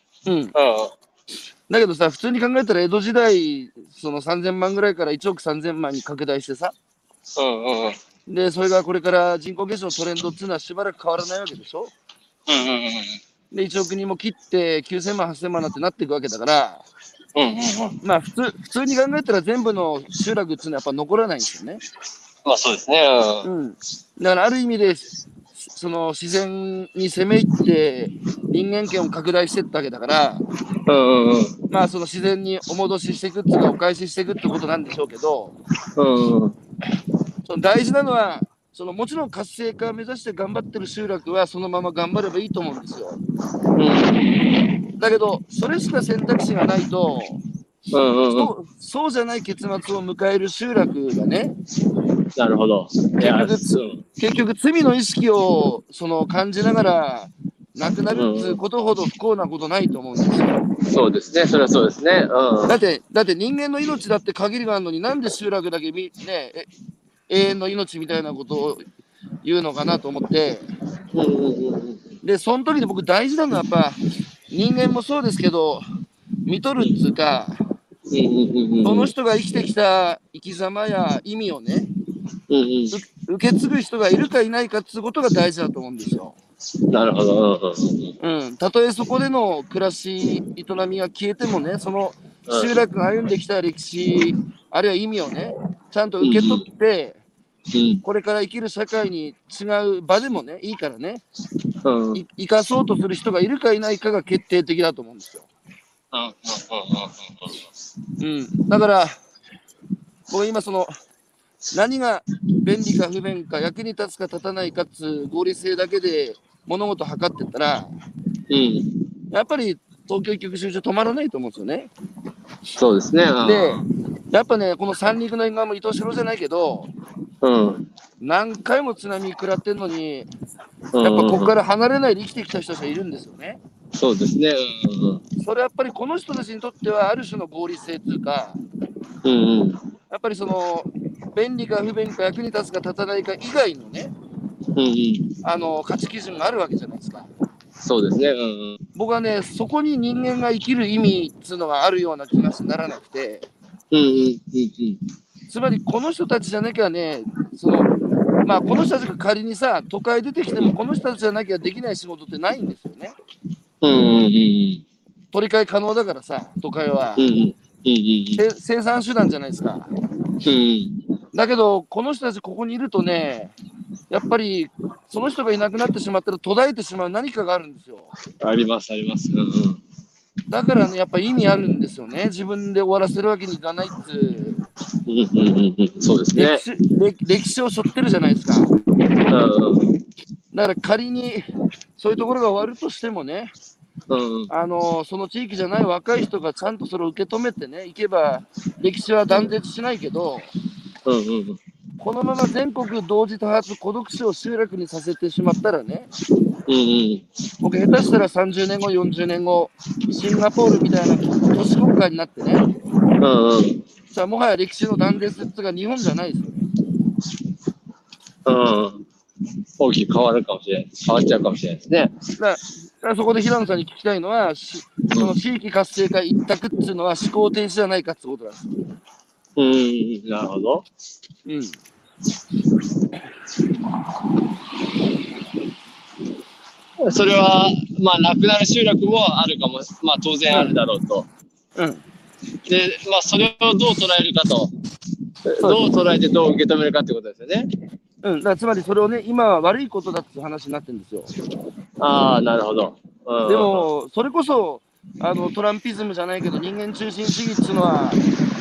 だけどさ、普通に考えたら江戸時代、その3000万ぐらいから1億3000万に拡大してさ、で、それがこれから人口減少のトレンドっていうのはしばらく変わらないわけでしょ。で、1億人も切って9000万、8000万なんてなっていくわけだから、普通に考えたら全部の集落っていうのはやっぱ残らないんですよね。 そうですね。 だからある意味で、その自然に攻め入って人間権を拡大していったわけだから、その自然にお戻ししていくっていうかお返ししていくってことなんでしょうけど、その大事なのはもちろん活性化を目指して頑張ってる集落はそのまま頑張ればいいと思うんですよ。だけどそれしか選択肢がないと、そうじゃない結末を迎える集落がね、 なるほど。 結局罪の意識を感じながら亡くなるっていうことほど不幸なことないと思うんですよ。 そうですね、それはそうですね。 だって人間の命だって限りがあるのに、なんで集落だけ永遠の命みたいなことを言うのかなと思って、で、その時に僕大事なのはやっぱ、人間もそうですけど、見とるっつうか、その人が生きてきた生き様や意味をね、受け継ぐ人がいるかいないかっつうことが大事だと思うんですよ。 なるほど。 たとえそこでの暮らし、営みが消えてもね、その集落が歩んできた歴史、あるいは意味をね、ちゃんと受け取って、これから生きる社会に違う場でもね、いいからね、生かそうとする人がいるかいないかが決定的だと思うんですよ。だから、僕今何が便利か不便か、役に立つか立たないかっつ合理性だけで物事を測ってったら、やっぱり東京一極集中止まらないと思うんですよね。 そうですね。 で、やっぱね、この三陸の沿岸も伊東四郎じゃないけど、何回も津波食らってんのに、やっぱここから離れないで生きてきた人たちがいるんですよね。 そうですね。 それやっぱりこの人たちにとってはある種の合理性というか、やっぱり便利か不便か役に立つか立たないか以外のね、価値基準があるわけじゃないですか。 そうですね。 僕はね、そこに人間が生きる意味っていうのがあるような気がならなくて、つまりこの人たちじゃなきゃね、この人たちが仮にさ、都会出てきてもこの人たちじゃなきゃできない仕事ってないんですよね。取り替え可能だからさ、都会は。生産手段じゃないですか。だけど、この人たちここにいるとね、やっぱりその人がいなくなってしまったら途絶えてしまう何かがあるんですよ。 あります。 だからね、やっぱり意味あるんですよね。自分で終わらせるわけにいかないっていう。 そうですね。 歴史を背負ってるじゃないですか。だから仮にそういうところが終わるとしてもね、その地域じゃない若い人がちゃんとそれを受け止めてね、いけば歴史は断絶しないけど、このまま全国同時多発孤独死を集落にさせてしまったらね、僕下手したら30年後、40年後、シンガポールみたいな都市国家になってね、じゃあもはや歴史の断絶っていうか日本じゃないですよね。 大きく変わっちゃうかもしれないですね。 だからそこで平野さんに聞きたいのは、その地域活性化一択っていうのは思考停止じゃないかってことなんです。 なるほど。それは、なくなる集落もあるかも、当然あるだろうと。で、それをどう捉えるかと。どう捉えてどう受け止めるかってことですよね。 だからつまりそれをね、今は悪いことだっていう話になってるんですよ。 なるほど。 でも、それこそ、トランピズムじゃないけど、人間中心主義っていうのは、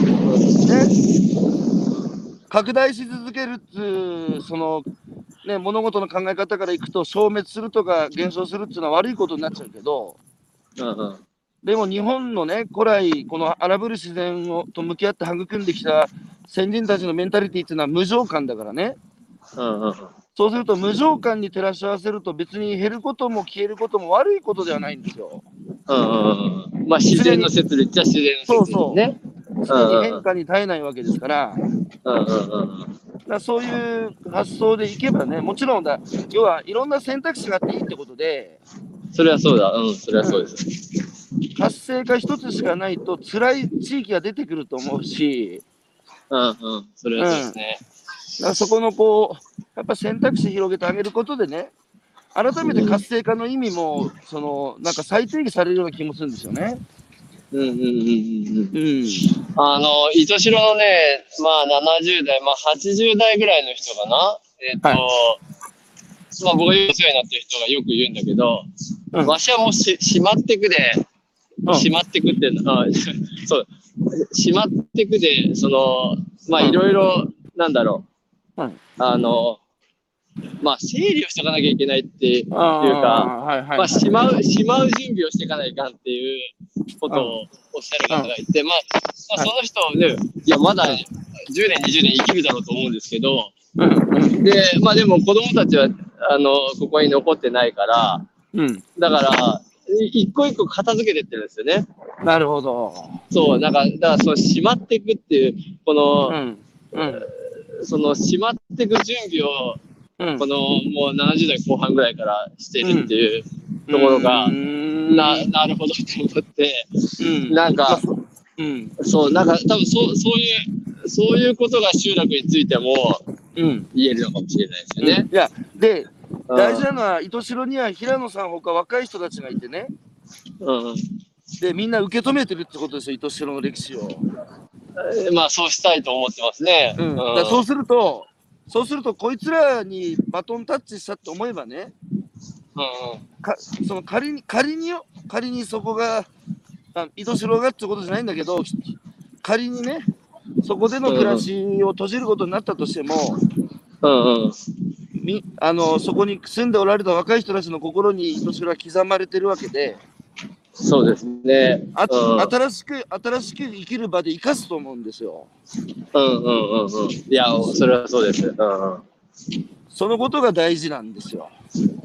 拡大し続けるっていう、物事の考え方からいくと、消滅するとか減少するっていうのは悪いことになっちゃうけど、でも日本のね、古来、この荒ぶる自然と向き合って育んできた先人たちのメンタリティっていうのは無常感だからね。そうすると無常感に照らし合わせると別に減ることも消えることも悪いことではないんですよ。 自然の説理っちゃ自然の説理ね。 常に変化に耐えないわけですから。そういう発想でいけばね、もちろん要はいろんな選択肢があっていいってことで。 それはそうだ。それはそうです。 活性化一つしかないと辛い地域が出てくると思うし。 それはそうですね。 だからそこのやっぱ選択肢広げてあげることでね、改めて活性化の意味も、なんか再定義されるような気もするんですよね。 糸代のね、70代、80代ぐらいの人かな。僕がよくお世話になってる人がよく言うんだけど、わしはもうしまってくで、しまってくっていうの、そう、しまってくで、いろいろ、なんだろう、整理をしておかなきゃいけないっていうか、しまう準備をしていかないかんっていうことをおっしゃる方がいて、その人はね、いや、まだ10年、20年生きるだろうと思うんですけど、でも子供たちは、ここに残ってないから、 うん。 だから、一個一個片付けてってるんですよね。 なるほど。 そう、だからそう、しまっていくっていう、この、 うん。うん。 その、しまっていく準備を、 うん。 この、もう70代後半ぐらいからしてるっていううところが、 ん。 なるほどと思って、 うん。 なんか、 うん。 そう、なんか多分そういうことが集落についてもうん。 言えるのかもしれないですよね。 いや、で、 うん大事なのは、糸代には平野さんほか若い人たちがいてね。 うん。 で、みんな受け止めてるってことですよ、糸代の歴史を。 まあ、そうしたいと思ってますね。 うん。だからそうすると、こいつらにバトンタッチしたって思えばね、その仮にそこが、糸代がってことじゃないんだけど、仮にね、そこでの暮らしを閉じることになったとしても、そこに住んでおられた若い人たちの心に糸代は刻まれてるわけで、 そうですね。 新しく生きる場で生かすと思うんですよ。 いや、それはそうです。 そのことが大事なんですよ。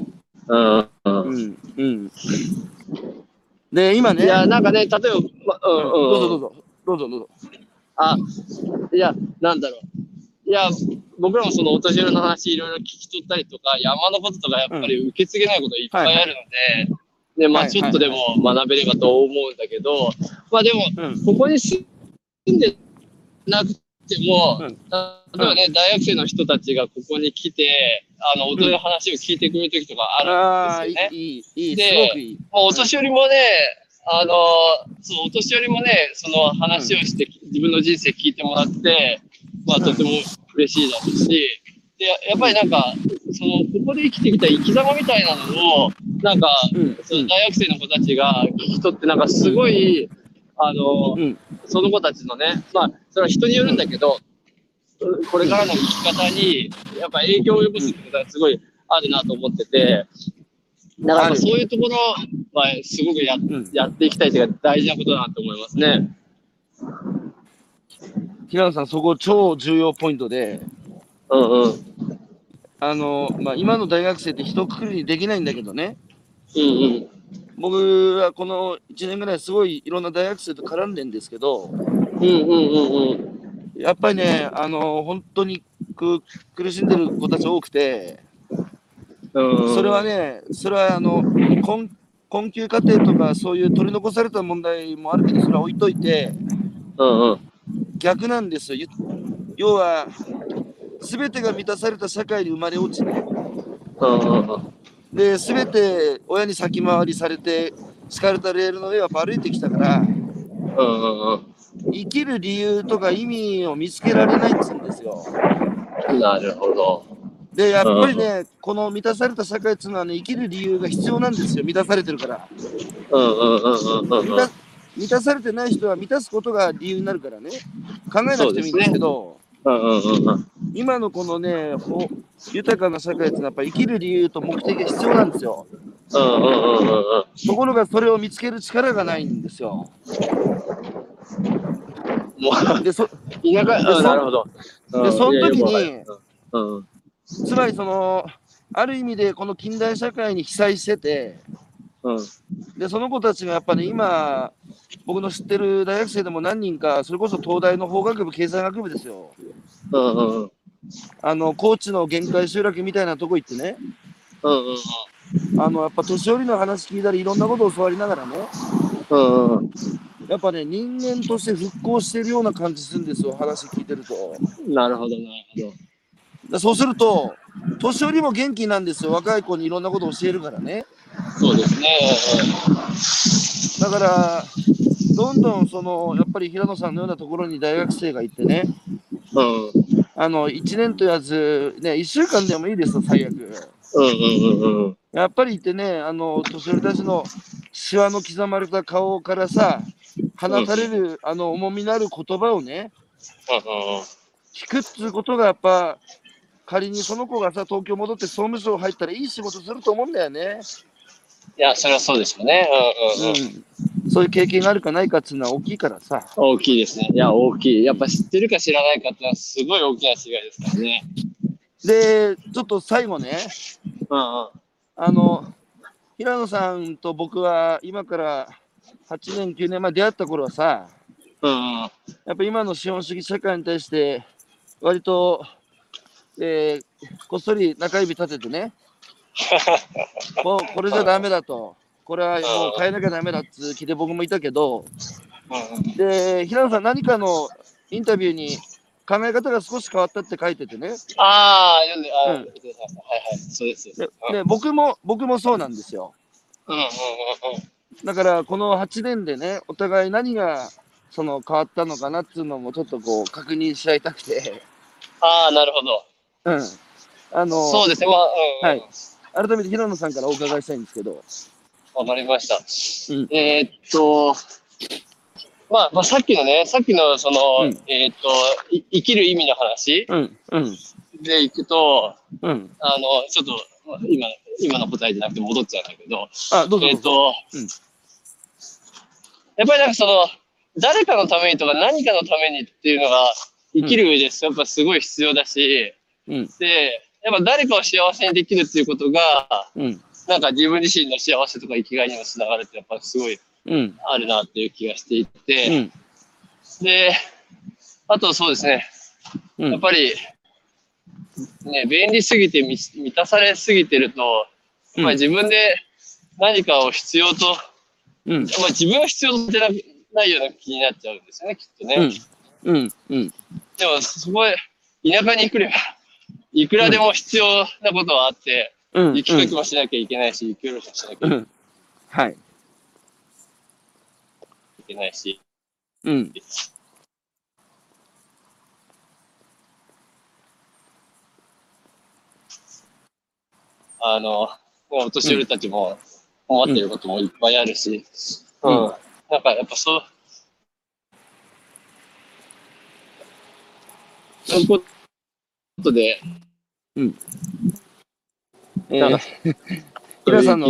で、今ね。 いや、なんかね、例えば、どうぞ。 いや、なんだろう。いや、僕らもそのお年寄りの話いろいろ聞き取ったりとか、山のこととかやっぱり受け継げないこといっぱいあるので、まあちょっとでも学べればと思うんだけど、まあでも、ここに住んでなくても、例えばね、大学生の人たちがここに来て、大人の話を聞いてくれる時とかあるんですよね。で、お年寄りもね、お年寄りもね、その話をして、自分の人生聞いてもらって、まあとても嬉しいだろうし、で、やっぱりなんか、ここで生きてきた生き様みたいなのを、なんか、その大学生の子たちが聞き取って、なんかすごい、その子たちのね、まあ、それは人によるんだけど、これからの生き方に、やっぱ影響を及ぼすってことがすごいあるなと思ってて、だからそういうところはすごくやっていきたいというか大事なことだなと思いますね。 平野さん、そこ超重要ポイントで、今の大学生って一括りにできないんだけどね、僕はこの1年ぐらいすごいいろんな大学生と絡んでんですけど、やっぱりね、本当に苦しんでる子たち多くて、それは困窮家庭とかそういう取り残された問題もあるけど、それは置いといて、逆なんですよ。要は、全てが満たされた社会に生まれ落ちて、で、全て親に先回りされて、敷かれたレールの上は歩いてきたから、生きる理由とか意味を見つけられないっつうんですよ。 なるほど。 で、やっぱりね、この満たされた社会っていうのはね、生きる理由が必要なんですよ。満たされてるから。満たされてない人は満たすことが理由になるからね。考えなくてもいいんですけど、今のこのね、豊かな社会っていうのはやっぱり生きる理由と目的が必要なんですよ。ところがそれを見つける力がないんですよ。 なるほど。 で、その時に、つまりある意味でこの近代社会に被災してて、で、その子たちがやっぱり今、僕の知ってる大学生でも何人か、それこそ東大の法学部、経済学部ですよ。高知の限界集落みたいなとこ行ってね、やっぱ年寄りの話聞いたり、いろんなことを教わりながらね、やっぱね、人間として復興してるような感じするんですよ、話聞いてると。 なるほど。 そうすると、年寄りも元気なんですよ、若い子にいろんなことを教えるからね。 そうですね。 だから、どんどんやっぱり平野さんのようなところに大学生がいてね、1年とやず、ね、1週間でもいいですよ、最悪。やっぱりいてね、年寄りたちのシワの刻まれた顔からさ、放たれる、重みのある言葉をね、聞くっていうことがやっぱ、仮にその子がさ、東京戻って総務省入ったらいい仕事すると思うんだよね。 いや、それはそうですよね。 そういう経験があるかないかっていうのは大きいからさ。 大きいですね。いや、大きい。やっぱ知ってるか知らないかっていうのはすごい大きな違いですからね。 で、ちょっと最後ね、 平野さんと僕は今から8年、9年前出会った頃はさ、やっぱ今の資本主義社会に対して、割と、こっそり中指立ててね、もうこれじゃダメだと、これはもう変えなきゃダメだっつう気で僕もいたけど、で、平野さん、何かのインタビューに考え方が少し変わったって書いててね。 読んで、はいはい、そうです。 で、僕もそうなんですよ。だから、この8年でね、お互い何が変わったのかなっていうのもちょっとこう確認し合いたくて。 なるほど。そうですね、 はい。改めて平野さんからお伺いしたいんですけど。 わかりました。まあ、さっきの生きる意味の話でいくと、ちょっと、今の答えじゃなくて戻っちゃうんだけど、 どうぞ。 やっぱり誰かのためにとか何かのためにっていうのが生きる上でやっぱすごい必要だし、で、やっぱ誰かを幸せにできるっていうことが、なんか自分自身の幸せとか生きがいにもつながるってやっぱすごいあるなっていう気がしていて、で、あとそうですね、やっぱり、ね、便利すぎて満たされすぎてると、やっぱり自分で何かを必要と、自分を必要としてないような気になっちゃうんですよね、きっとね。でも、そこへ田舎に来れば、いくらでも必要なことはあって、雪かきもしなきゃいけないし、雪下ろしもしなきゃいけないし。お年寄りたちも思ってることもいっぱいあるし、なんかやっぱそういうことで、 平さん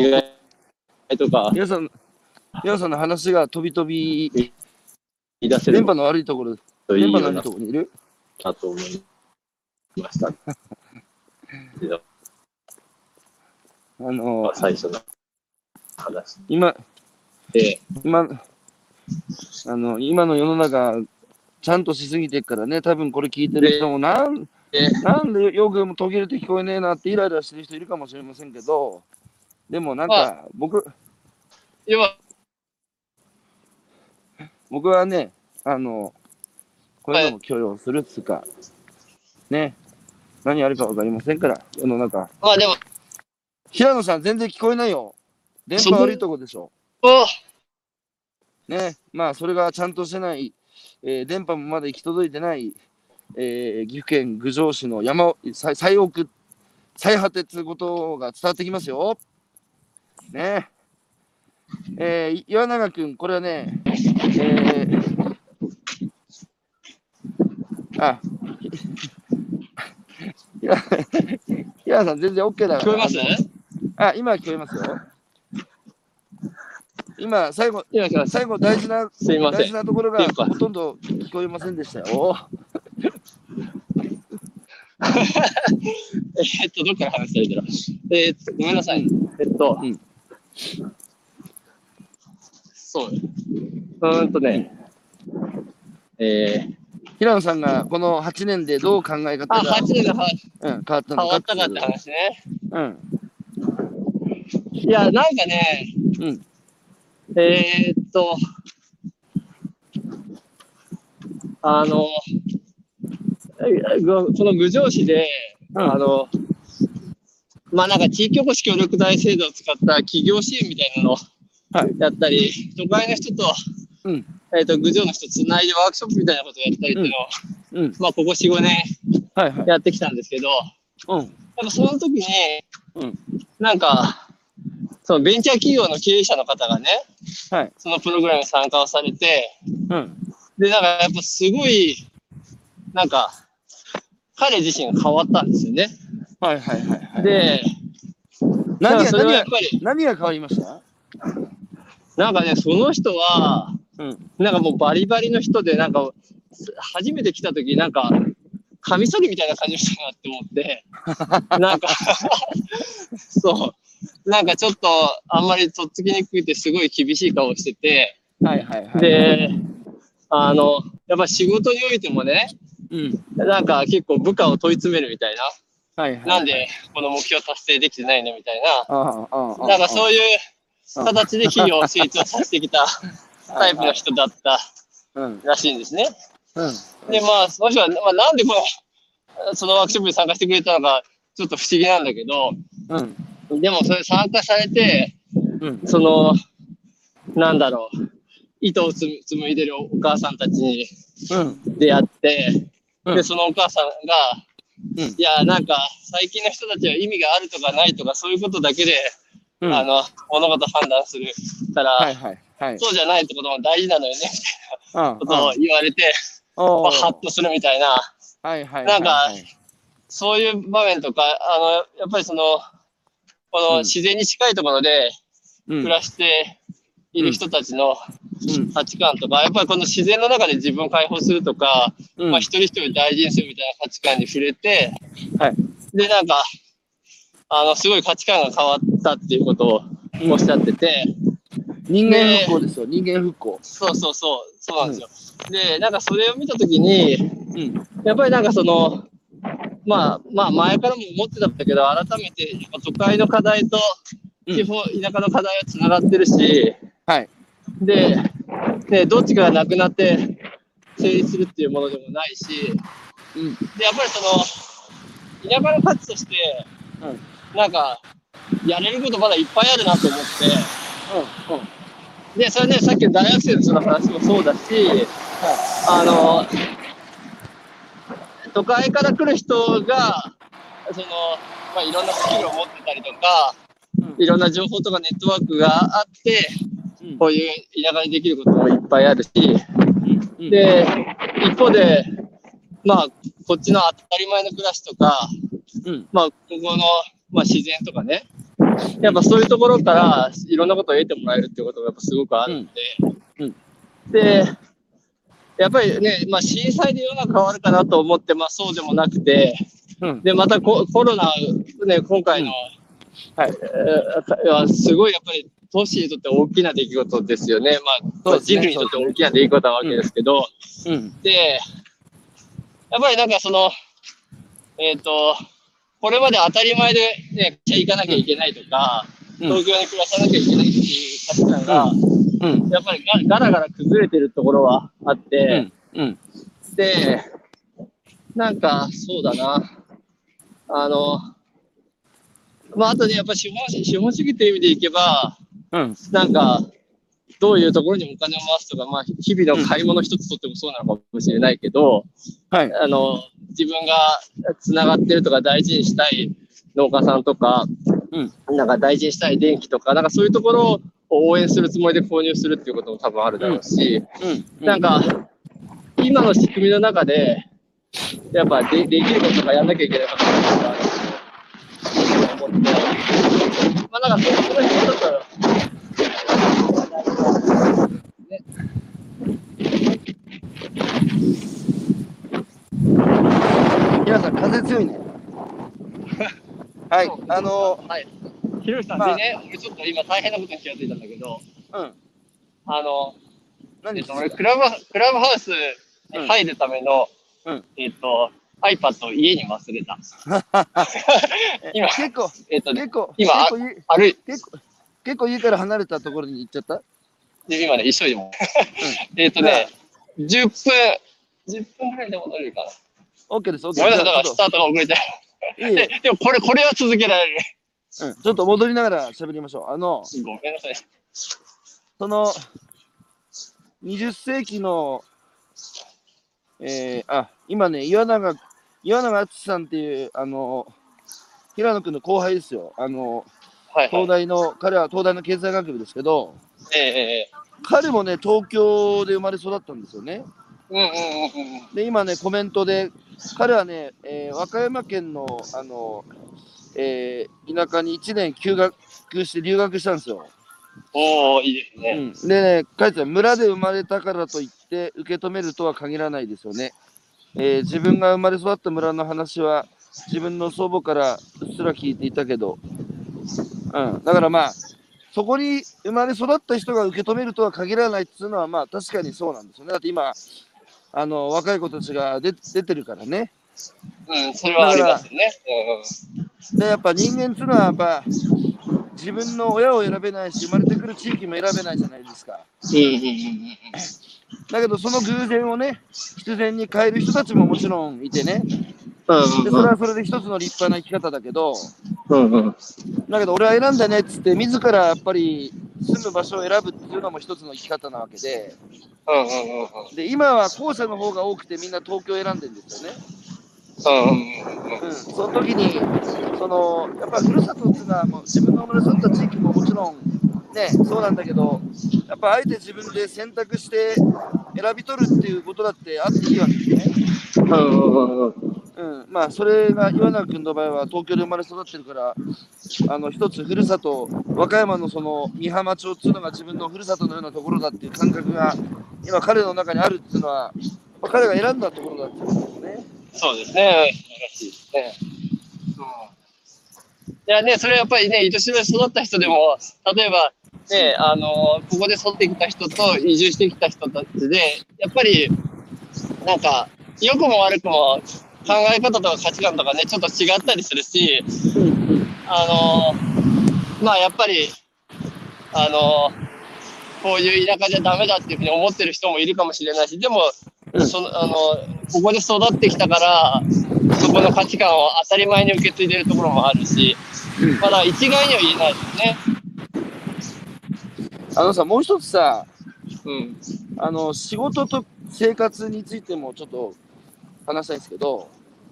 の話が飛び飛び、電波の悪いところにいるだと思いました。最初の話。 今の世の中、ちゃんとしすぎてるからね、多分これ聞いてる人もなんでよく途切れて聞こえねえなってイライラしてる人いるかもしれませんけど、でもなんか僕はね、こういうのも許容するっつうか、ね、何あるか分かりませんから、世の中。 でも、 平野さん全然聞こえないよ。電波悪いとこでしょ。ね、まあそれがちゃんとしてない、電波もまだ行き届いてない、岐阜県郡上市の最果てということが伝わってきますよ。ね。岩永君、これはね、平野さん全然 OK だから。 聞こえます？ 今は聞こえますよ。今、最後大事なところがほとんど聞こえませんでしたよ。 どっから話されたら。ごめんなさい。そう。 平野さんがこの8年でどう考え方が 8年で変わったのかって話ね。いや、なんかね、その郡上市で、まあなんか地域おこし協力隊制度を使った企業支援みたいなのをやったり、都会の人と、郡上の人つないでワークショップみたいなことをやったりっていうのを、まあここ4、5年やってきたんですけど、やっぱその時に、なんか、そのベンチャー企業の経営者の方がね、そのプログラムに参加をされて、で、なんかやっぱすごい、なんか、彼自身が変わったんですよね。で、 何が変わりました？ なんかね、その人は、なんかもうバリバリの人で、なんか、初めて来た時、なんか、カミソリみたいな感じの人だなって思って、なんか、そう。 なんかちょっとあんまりとっつきにくくてすごい厳しい顔をしてて、 はいはいはい。 で、やっぱ仕事においてもね、なんか結構部下を問い詰めるみたいな。 はいはい。 なんでこの目標達成できてないねみたいな。 なんかそういう形で企業を成長させてきたタイプの人だったらしいんですね。で、まあ、その人は、まあ、なんでそのワークショップに参加してくれたのか、ちょっと不思議なんだけど、でもそれ参加されて、なんだろう、糸を紡いでるお母さんたちに出会って、で、そのお母さんが、いや、なんか、最近の人たちは意味があるとかないとか、そういうことだけで、物事判断するから、そうじゃないってことも大事なのよね、みたいなことを言われて、ハッとするみたいな。なんか、そういう場面とか、やっぱりこの自然に近いところで暮らしている人たちの価値観とか、やっぱりこの自然の中で自分を解放するとか、まあ一人一人大事にするみたいな価値観に触れて、で、なんか、すごい価値観が変わったっていうことをおっしゃってて、 人間復興ですよ、人間復興。 そうなんですよ。で、なんかそれを見たときに、やっぱりなんかまあ前からも思ってたんだけど、改めて都会の課題と地方、田舎の課題はつながってるし、で、どっちかがなくなって成立するっていうものでもないし、で、やっぱり田舎の価値として、なんか、やれることまだいっぱいあるなと思って、で、それね、さっきの大学生の人の話もそうだし、都会から来る人が、まあ、いろんなスキルを持ってたりとか、いろんな情報とかネットワークがあって、こういう田舎にできることもいっぱいあるし、で、一方で、まあ、こっちの当たり前の暮らしとか、まあ、ここの、まあ、自然とかね、やっぱそういうところからいろんなことを得てもらえるっていうことがやっぱすごくあるんで、で、やっぱりね、まあ、震災で世の中変わるかなと思って、まあ、そうでもなくて、で、またコロナ、ね、今回の、すごいやっぱり都市にとって大きな出来事ですよね。まあ、人類にとって大きな出来事なわけですけど、で、やっぱりなんかこれまで当たり前でね、行かなきゃいけないとか、東京に暮らさなきゃいけないっていう価値観が、やっぱりガラガラ崩れてるところはあって、で、なんか、そうだな。まあ、あとね、やっぱ資本主義という意味でいけば、なんか、どういうところにお金を回すとか、まあ、日々の買い物一つとってもそうなのかもしれないけど、自分がつながってるとか大事にしたい農家さんとか、なんか大事にしたい電気とか、なんかそういうところを応援するつもりで購入するっていうことも多分あるだろうし、なんか、今の仕組みの中で、やっぱできることとかやんなきゃいけないことがあると思って、まあなんかその辺ちょっと、 皆さん、風強いね。はい、 はい。ひろゆきさん、でね、俺ちょっと今大変なことに気がついたんだけど、俺クラブハウスに入るための、iPad を家に忘れた。今、 結構家から離れたところに行っちゃった？ 今ね、急いでも。10分ぐらいで戻れるかな。 OK です、OK です。 ごめんなさい、だからスタートが遅れて。でもこれは続けられる。 ちょっと戻りながら喋りましょう。 ごめんなさい。 20世紀の、今ね、岩永敦さんっていう、平野君の後輩ですよ。彼は東大の経済学部ですけど、彼もね、東京で生まれ育ったんですよね。で、今ね、コメントで、彼はね、和歌山県の、田舎に1年休学して留学したんですよ。 いいですね。 でね、書いてある、村で生まれたからといって受け止めるとは限らないですよね。自分が生まれ育った村の話は自分の祖母からうっすら聞いていたけど、 だからまあ、そこに生まれ育った人が受け止めるとは限らないっていうのは、まあ確かにそうなんですよね。だって今、若い子たちが出てるからね。 それはありますよね。 で、やっぱ人間っていうのは、やっぱ、自分の親を選べないし、生まれてくる地域も選べないじゃないですか。だけど、その偶然をね、必然に変える人たちももちろんいてね。で、それはそれで一つの立派な生き方だけど、だけど俺は選んだねっつって、自らやっぱり住む場所を選ぶっていうのも一つの生き方なわけで、で、今は後者の方が多くてみんな東京を選んでるんですよね。その時に、やっぱりふるさとっていうのはもう自分の生まれ育った地域ももちろんね、そうなんだけど、やっぱあえて自分で選択して選び取るっていうことだってあっていいわけですね。まあそれが岩永君の場合は東京で生まれ育ってるから、一つふるさと、和歌山のその美浜町っていうのが自分のふるさとのようなところだっていう感覚が今彼の中にあるっていうのは、彼が選んだところだっていうことですね。 そうですね。素晴らしいですね。いやね、それやっぱりね、糸島で育った人でも、例えば、ね、ここで育ってきた人と移住してきた人たちで、やっぱり、なんか、良くも悪くも考え方とか価値観とかね、ちょっと違ったりするし、まあやっぱり、こういう田舎じゃダメだっていうふうに思ってる人もいるかもしれないし、でも、ここで育ってきたから、そこの価値観を当たり前に受け継いでるところもあるし、まだ一概には言えないですね。 もう一つさ、仕事と生活についてもちょっと話したいんですけど、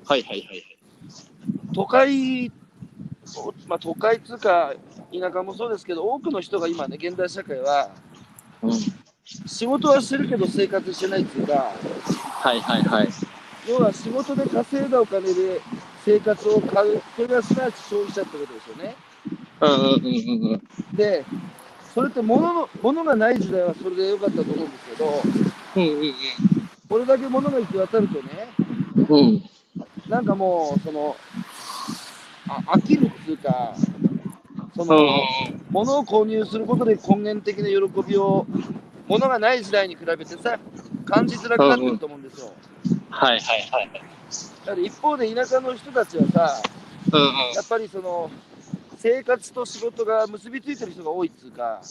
都会、まあ都会っていうか田舎もそうですけど、多くの人が今ね、現代社会は、仕事はしてるけど生活してないっていうか、要は仕事で稼いだお金で生活を買う、それがすなわち消費者ってことですよね。で、それって物がない時代はそれでよかったと思うんですけど、これだけ物が行き渡るとね、なんかもう飽きるっていうか、物を購入することで根源的な喜びを物がない時代に比べてさ感じづらくなってると思うんですよ。だって一方で田舎の人たちはさ、やっぱり生活と仕事が結びついてる人が多いっていうか、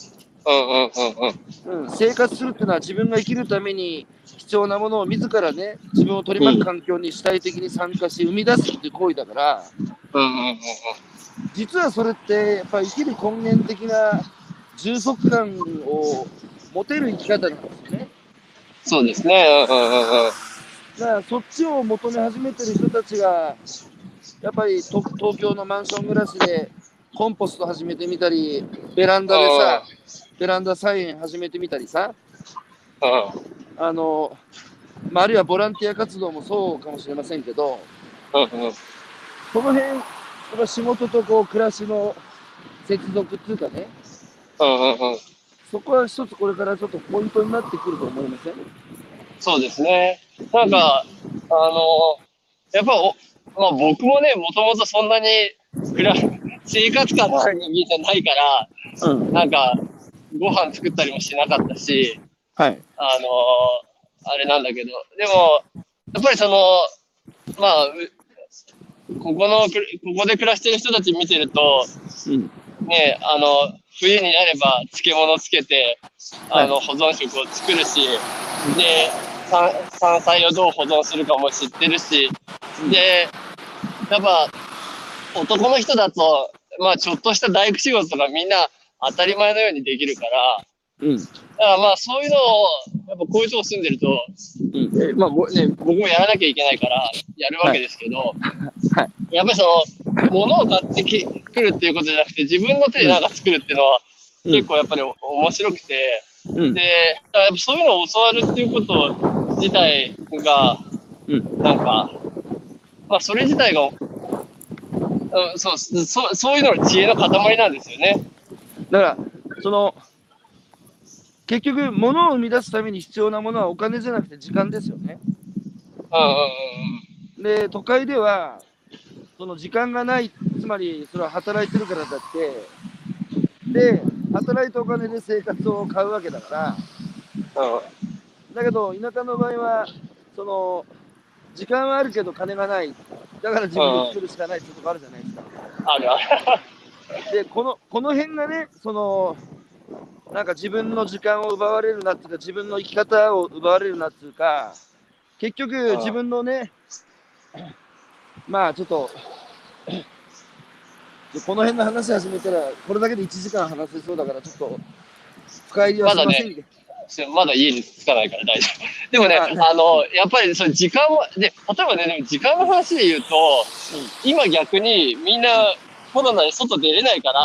生活するっていうのは自分が生きるために必要なものを自らね、自分を取り巻く環境に主体的に参加し生み出すっていう行為だから、実はそれってやっぱり生きる根源的な充足感を持てる生き方なんですよね。 そうですね。 だからそっちを求め始めてる人たちがやっぱり東京のマンション暮らしでコンポスト始めてみたり、ベランダでさ、ベランダ菜園始めてみたりさ、あるいはボランティア活動もそうかもしれませんけど、この辺やっぱ仕事と暮らしの接続っていうかね、そこは一つこれからちょっとポイントになってくると思いません？ そうですね。なんか、やっぱまあ僕もね、もともとそんなに生活感のある人間じゃないから、なんか、ご飯作ったりもしなかったし、あれなんだけど、でも、やっぱりまあ、ここで暮らしてる人たち見てると、ね、冬になれば漬物つけて、保存食を作るし、で、山菜をどう保存するかも知ってるし、で、やっぱ、男の人だと、まあ、ちょっとした大工仕事とかみんな当たり前のようにできるから、だからまあ、そういうのを、やっぱこういうとこ住んでると、まあね、僕もやらなきゃいけないから、やるわけですけど、やっぱり物を買ってくるっていうことじゃなくて、自分の手でなんか作るっていうのは、結構やっぱり面白くて、で、やっぱそういうのを教わるっていうこと自体が、なんか、まあそれ自体が、そういうのの知恵の塊なんですよね。 だから、結局、物を生み出すために必要なものはお金じゃなくて時間ですよね。で、都会では、その時間がない、つまりそれは働いてるからだって、 で、働いたお金で生活を買うわけだから、だけど、田舎の場合は、その、時間はあるけど金がない。だから自分で作るしかないってとこあるじゃないですか。 あるある。 で、この辺がね、その、なんか自分の時間を奪われるなっていうか、自分の生き方を奪われるなっていうか、結局自分のね、まあちょっと、この辺の話始めたら、これだけで1時間話せそうだから、ちょっと、深入りはしませんけど。 まだ家に着かないから大丈夫。でもね、やっぱりその時間は、で、例えばね、でも時間の話で言うと、今逆にみんなコロナで外出れないから、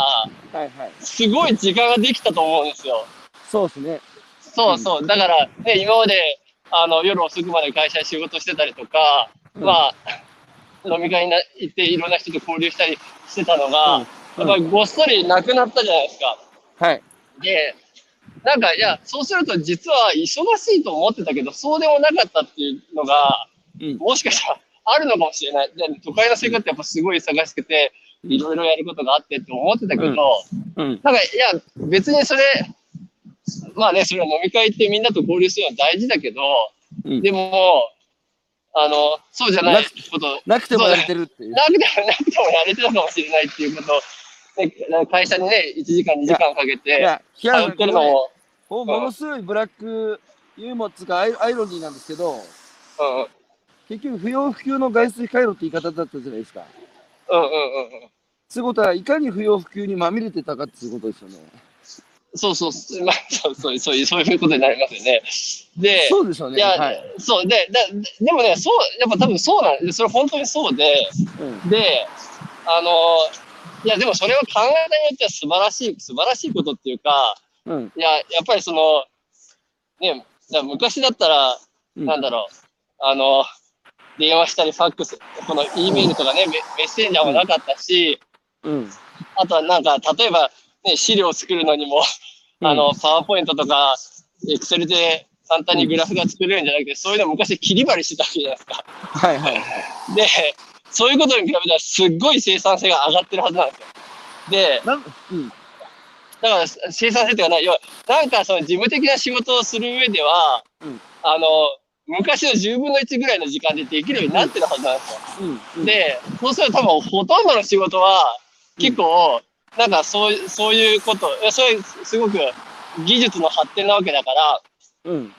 すごい時間ができたと思うんですよ。 そうですね。 そうそう。だからね、今まで、夜遅くまで会社で仕事してたりとか、まあ、飲み会に行っていろんな人と交流したりしてたのが、やっぱりごっそりなくなったじゃないですか。 はい。 で、なんか、いや、そうすると実は忙しいと思ってたけど、そうでもなかったっていうのが、もしかしたらあるのかもしれない。で、都会の生活ってやっぱすごい忙しくて、いろいろやることがあってって思ってたけど、なんか、いや、別にそれ、まあね、それは飲み会ってみんなと交流するのは大事だけど、でも、そうじゃないこと。 なくてもやれてるっていう。 なくてもやれてるかもしれないっていうことを、会社にね、1時間、2時間かけて、通ってるのを。 ものすごいブラックユーモアっていうかアイロニーなんですけど、結局不要不急の外出控えろって言い方だったじゃないですか。そういうことは、いかに不要不急にまみれてたかっていうことですよね。 まあ、そういうことになりますよね。で、 そうですよね。 いや、そうでもね、やっぱ多分そうなんで、それ本当にそうで、で、いや、でもそれは考え方によっては素晴らしいことっていうか、いや、やっぱりその、ね、昔だったら、なんだろう、電話したりファックス、この E メールとかね、メッセンジャーもなかったし、あとはなんか、例えば、ね、資料を作るのにも、パワーポイントとか、エクセルで簡単にグラフが作れるんじゃなくて、そういうの昔切り張りしてたわけじゃないですか。で、そういうことに比べたらすっごい生産性が上がってるはずなんですよ。で、だから生産性っていうかない、なんかその事務的な仕事をする上では、昔の10分の1ぐらいの時間でできるようになってるはずなんですよ。で、そうすると多分ほとんどの仕事は結構、なんかそういうこと、そういうすごく技術の発展なわけだから、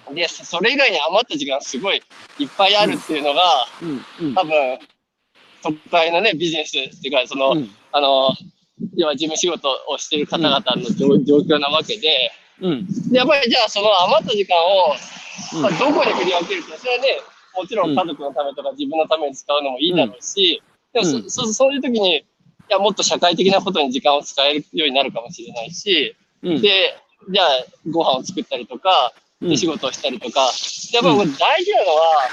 で、それ以外に余った時間すごいいっぱいあるっていうのが、多分、都会のね、ビジネスっていうか、その、要は事務仕事をしている方々の状況なわけで、やっぱりじゃあその余った時間を、どこに振り分けるか、それはね、もちろん家族のためとか自分のために使うのもいいだろうし、でもそういう時に、いや、もっと社会的なことに時間を使えるようになるかもしれないし、で、じゃあご飯を作ったりとか、で仕事をしたりとか、やっぱり大事なのは、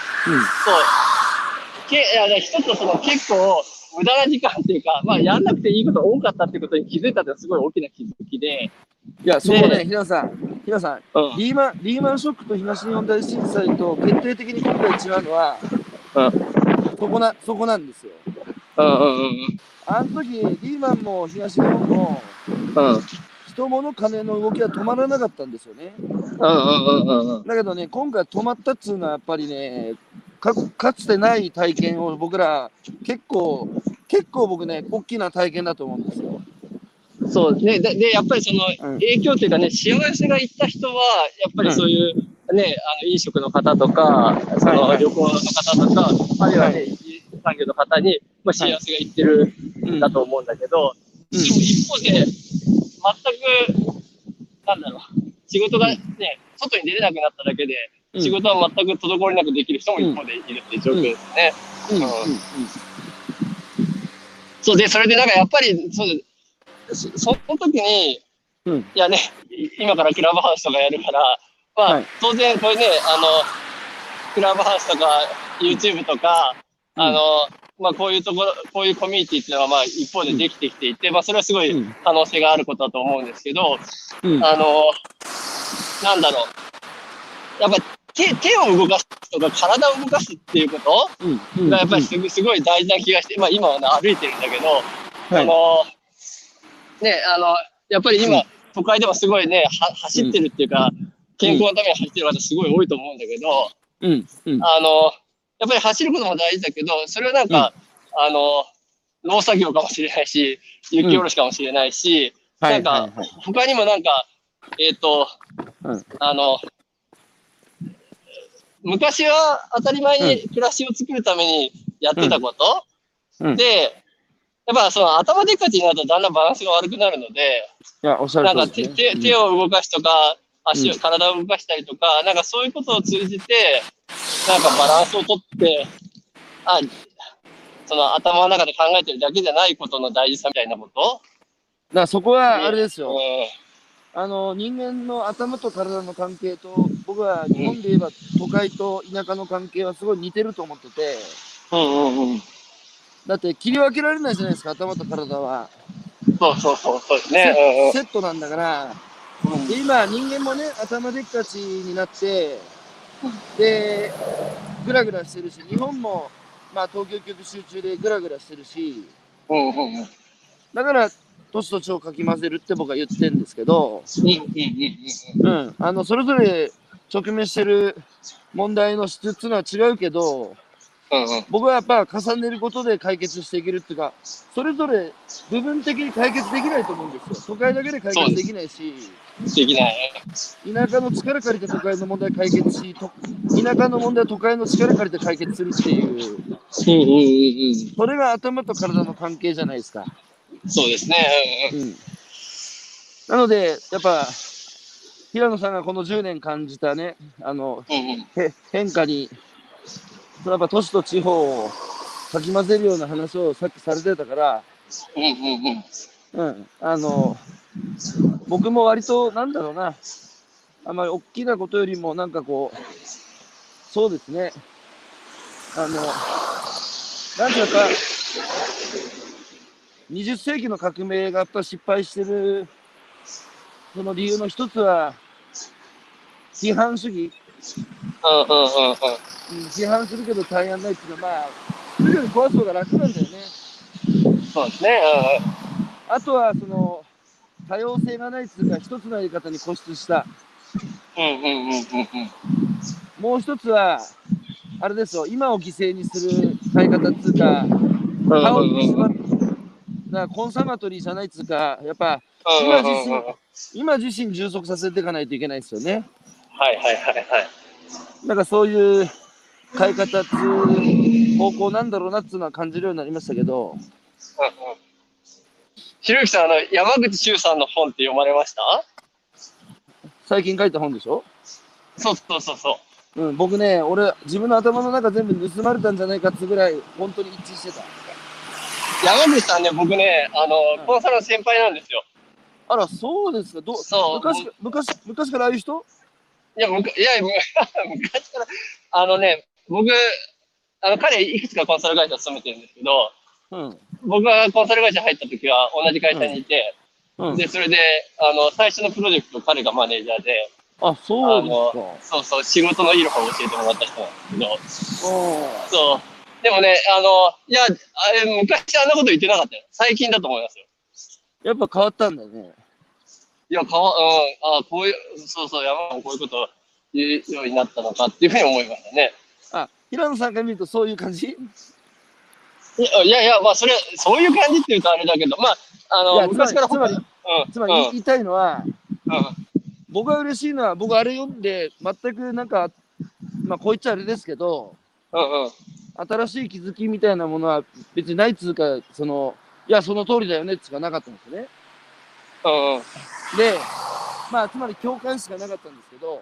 一つその結構無駄な時間っていうか、まあやんなくていいこと多かったってことに気づいたってすごい大きな気づきで。 いや、そこね、平野さん、リーマンショックと東日本大震災と決定的に今回違うのは、そこなんですよ。あの時、リーマンも東日本も、人物金の動きは止まらなかったんですよね。だけどね、今回止まったっつうのはやっぱりね、かつてない体験を僕ら、結構僕ね、大きな体験だと思うんですよ。 そうね。で、やっぱりその影響というかね、幸せがいった人は、やっぱりそういうね、飲食の方とか、その旅行の方とか、あるいはね、産業の方に、まあ、幸せがいってるんだと思うんだけど、でも一方で、全く、なんだろう、仕事がね、外に出れなくなっただけで、仕事は全く滞りなくできる人も一方でいるっていう状況ですね。そうで、それでなんかやっぱり、その時に、いやね、今からクラブハウスとかやるから、まあ、当然これね、クラブハウスとか YouTube とか、まあこういうコミュニティっていうのはまあ一方でできてきていて、まあそれはすごい可能性があることだと思うんですけど、なんだろう。やっぱ手を動かすとか体を動かすっていうことがやっぱりすごい大事な気がして、まあ今はね歩いてるんだけど、ね、ややっぱり今、都会でもすごいね、走ってるっていうか、健康のために走ってる方すごい多いと思うんだけど、やっぱり走ることも大事だけど、それはなんか、農作業かもしれないし、雪下ろしかもしれないし、なんか、他にもなんか、昔は当たり前に暮らしを作るためにやってたこと、で、やっぱその頭でっかちになるとだんだんバランスが悪くなるので、なんか手を動かしとか、体を動かしたりとか、なんかそういうことを通じて、なんかバランスをとって、その頭の中で考えてるだけじゃないことの大事さみたいなこと。 そこはあれですよ。人間の頭と体の関係と、僕は日本で言えば都会と田舎の関係はすごい似てると思ってて、だって切り分けられないじゃないですか、頭と体は。 そうですね。 セットなんだから、で今人間もね、頭でっかちになって、で、グラグラしてるし、日本も、まあ東京一極集中でグラグラしてるし、だから、年と地をかき混ぜるって僕は言ってるんですけど、それぞれ直面してる問題の質っていうのは違うけど、僕はやっぱ重ねることで解決していけるっていうか、それぞれ部分的に解決できないと思うんですよ。都会だけで解決できないし、 できない。 田舎の力借りて都会の問題解決し、田舎の問題は都会の力借りて解決するっていう、それが頭と体の関係じゃないですか。 そうですね。 なので、やっぱ、平野さんがこの10年感じたね、変化に、やっぱ都市と地方をかき混ぜるような話をさっきされてたから、僕も割と、なんだろうな、あんまり大きなことよりも、なんかこう、そうですね、なんていうか、20世紀の革命がやっぱ失敗してる、その理由の一つは、批判主義。批判するけど対案ないっていうのは、まあ、すぐに壊す方が楽なんだよね。 そうですね。 あとは、その、多様性がないっていうか、一つのやり方に固執した。もう一つは、あれですよ、今を犠牲にする変え方っていうか、歯を縛って、コンサマトリーじゃないっていうか、やっぱ、今自身充足させていかないといけないですよね。なんかそういう変え方っていう方向なんだろうなっていうのは感じるようになりましたけど。 ひろゆきさん、山口周さんの本って読まれました？ 最近書いた本でしょ？ そう。 僕ね、自分の頭の中全部盗まれたんじゃないかってぐらい、本当に一致してた。 山口さんね、僕ね、コンサルの先輩なんですよ。 あら、そうですか。昔からああいう人？ いや、昔から、僕、彼、いくつかコンサル会社勤めてるんですけど、僕がコンサル会社入った時は同じ会社にいて、で、それで、最初のプロジェクト、彼がマネージャーで、 そうですか。 仕事のいい方を教えてもらった人なんですけど、でもね、いや、昔あんなこと言ってなかったよ。最近だと思いますよ。 やっぱ変わったんだね。 いや、こういう、山もこういうことを言うようになったのかっていうふうに思いましたね。 平野さんが見るとそういう感じ？ いや、まあ、そういう感じっていうとあれだけど、まあ、昔からつまり言いたいのは、僕が嬉しいのは、僕あれ読んで、全くなんか、まあ、こう言っちゃあれですけど、新しい気づきみたいなものは別にないっつうか、いや、その通りだよねっつうかなかったんですよね。で、まあ、つまり共感しかなかったんですけど、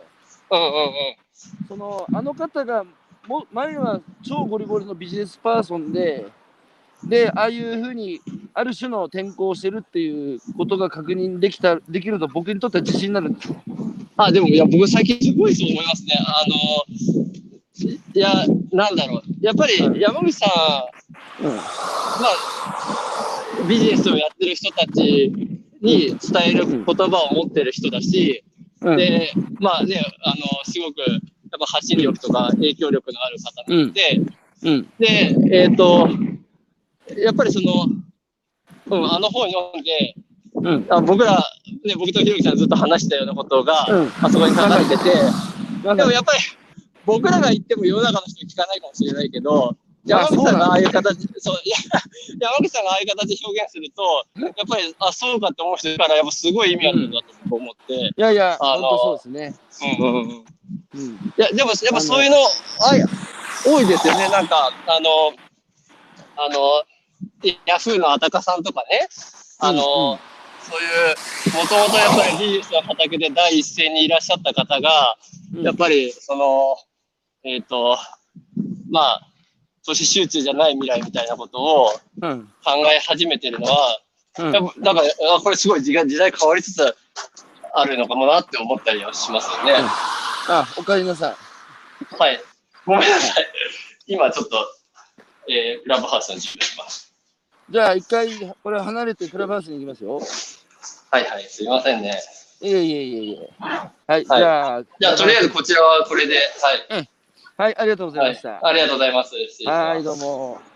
あの方が、前は超ゴリゴリのビジネスパーソンで、ああいうふうに、ある種の転校してるっていうことが確認できると僕にとっては自信になるんですよ。 でも、いや、僕最近すごいそう思いますね。いや、なんだろう。やっぱり山口さん、まあ、ビジネスをやってる人たちに伝える言葉を持ってる人だし、で、まあね、すごく、やっぱ発信力とか影響力のある方なので、で、やっぱりあの本読んで、 僕ら、ね、僕とひろきさんずっと話したようなことが、あそこに書かれてて、でもやっぱり、僕らが言っても世の中の人聞かないかもしれないけど、山口さんがああいう形、山口さんがああいう形で表現すると、やっぱり、そうかって思う人いるから、やっぱすごい意味あるんだと思って。 いや、本当そうですね。 いや、でも、やっぱそういうの、多いですよね。なんか、ヤフーのあたかさんとかね、そういう、もともとやっぱり技術の畑で第一線にいらっしゃった方が、やっぱり、都市集中じゃない未来みたいなことを考え始めてるのは、なんか、これすごい時代変わりつつあるのかもなって思ったりはしますよね。 おかえりなさい。 はい。ごめんなさい。今ちょっと、クラブハウスの準備します。 じゃあ、一回、これ離れてクラブハウスに行きますよ。 はいはい、すいませんね。 いえ。はい、じゃあ、 とりあえずこちらはこれで、はい。 はい、ありがとうございました。 ありがとうございます。 はい、どうも。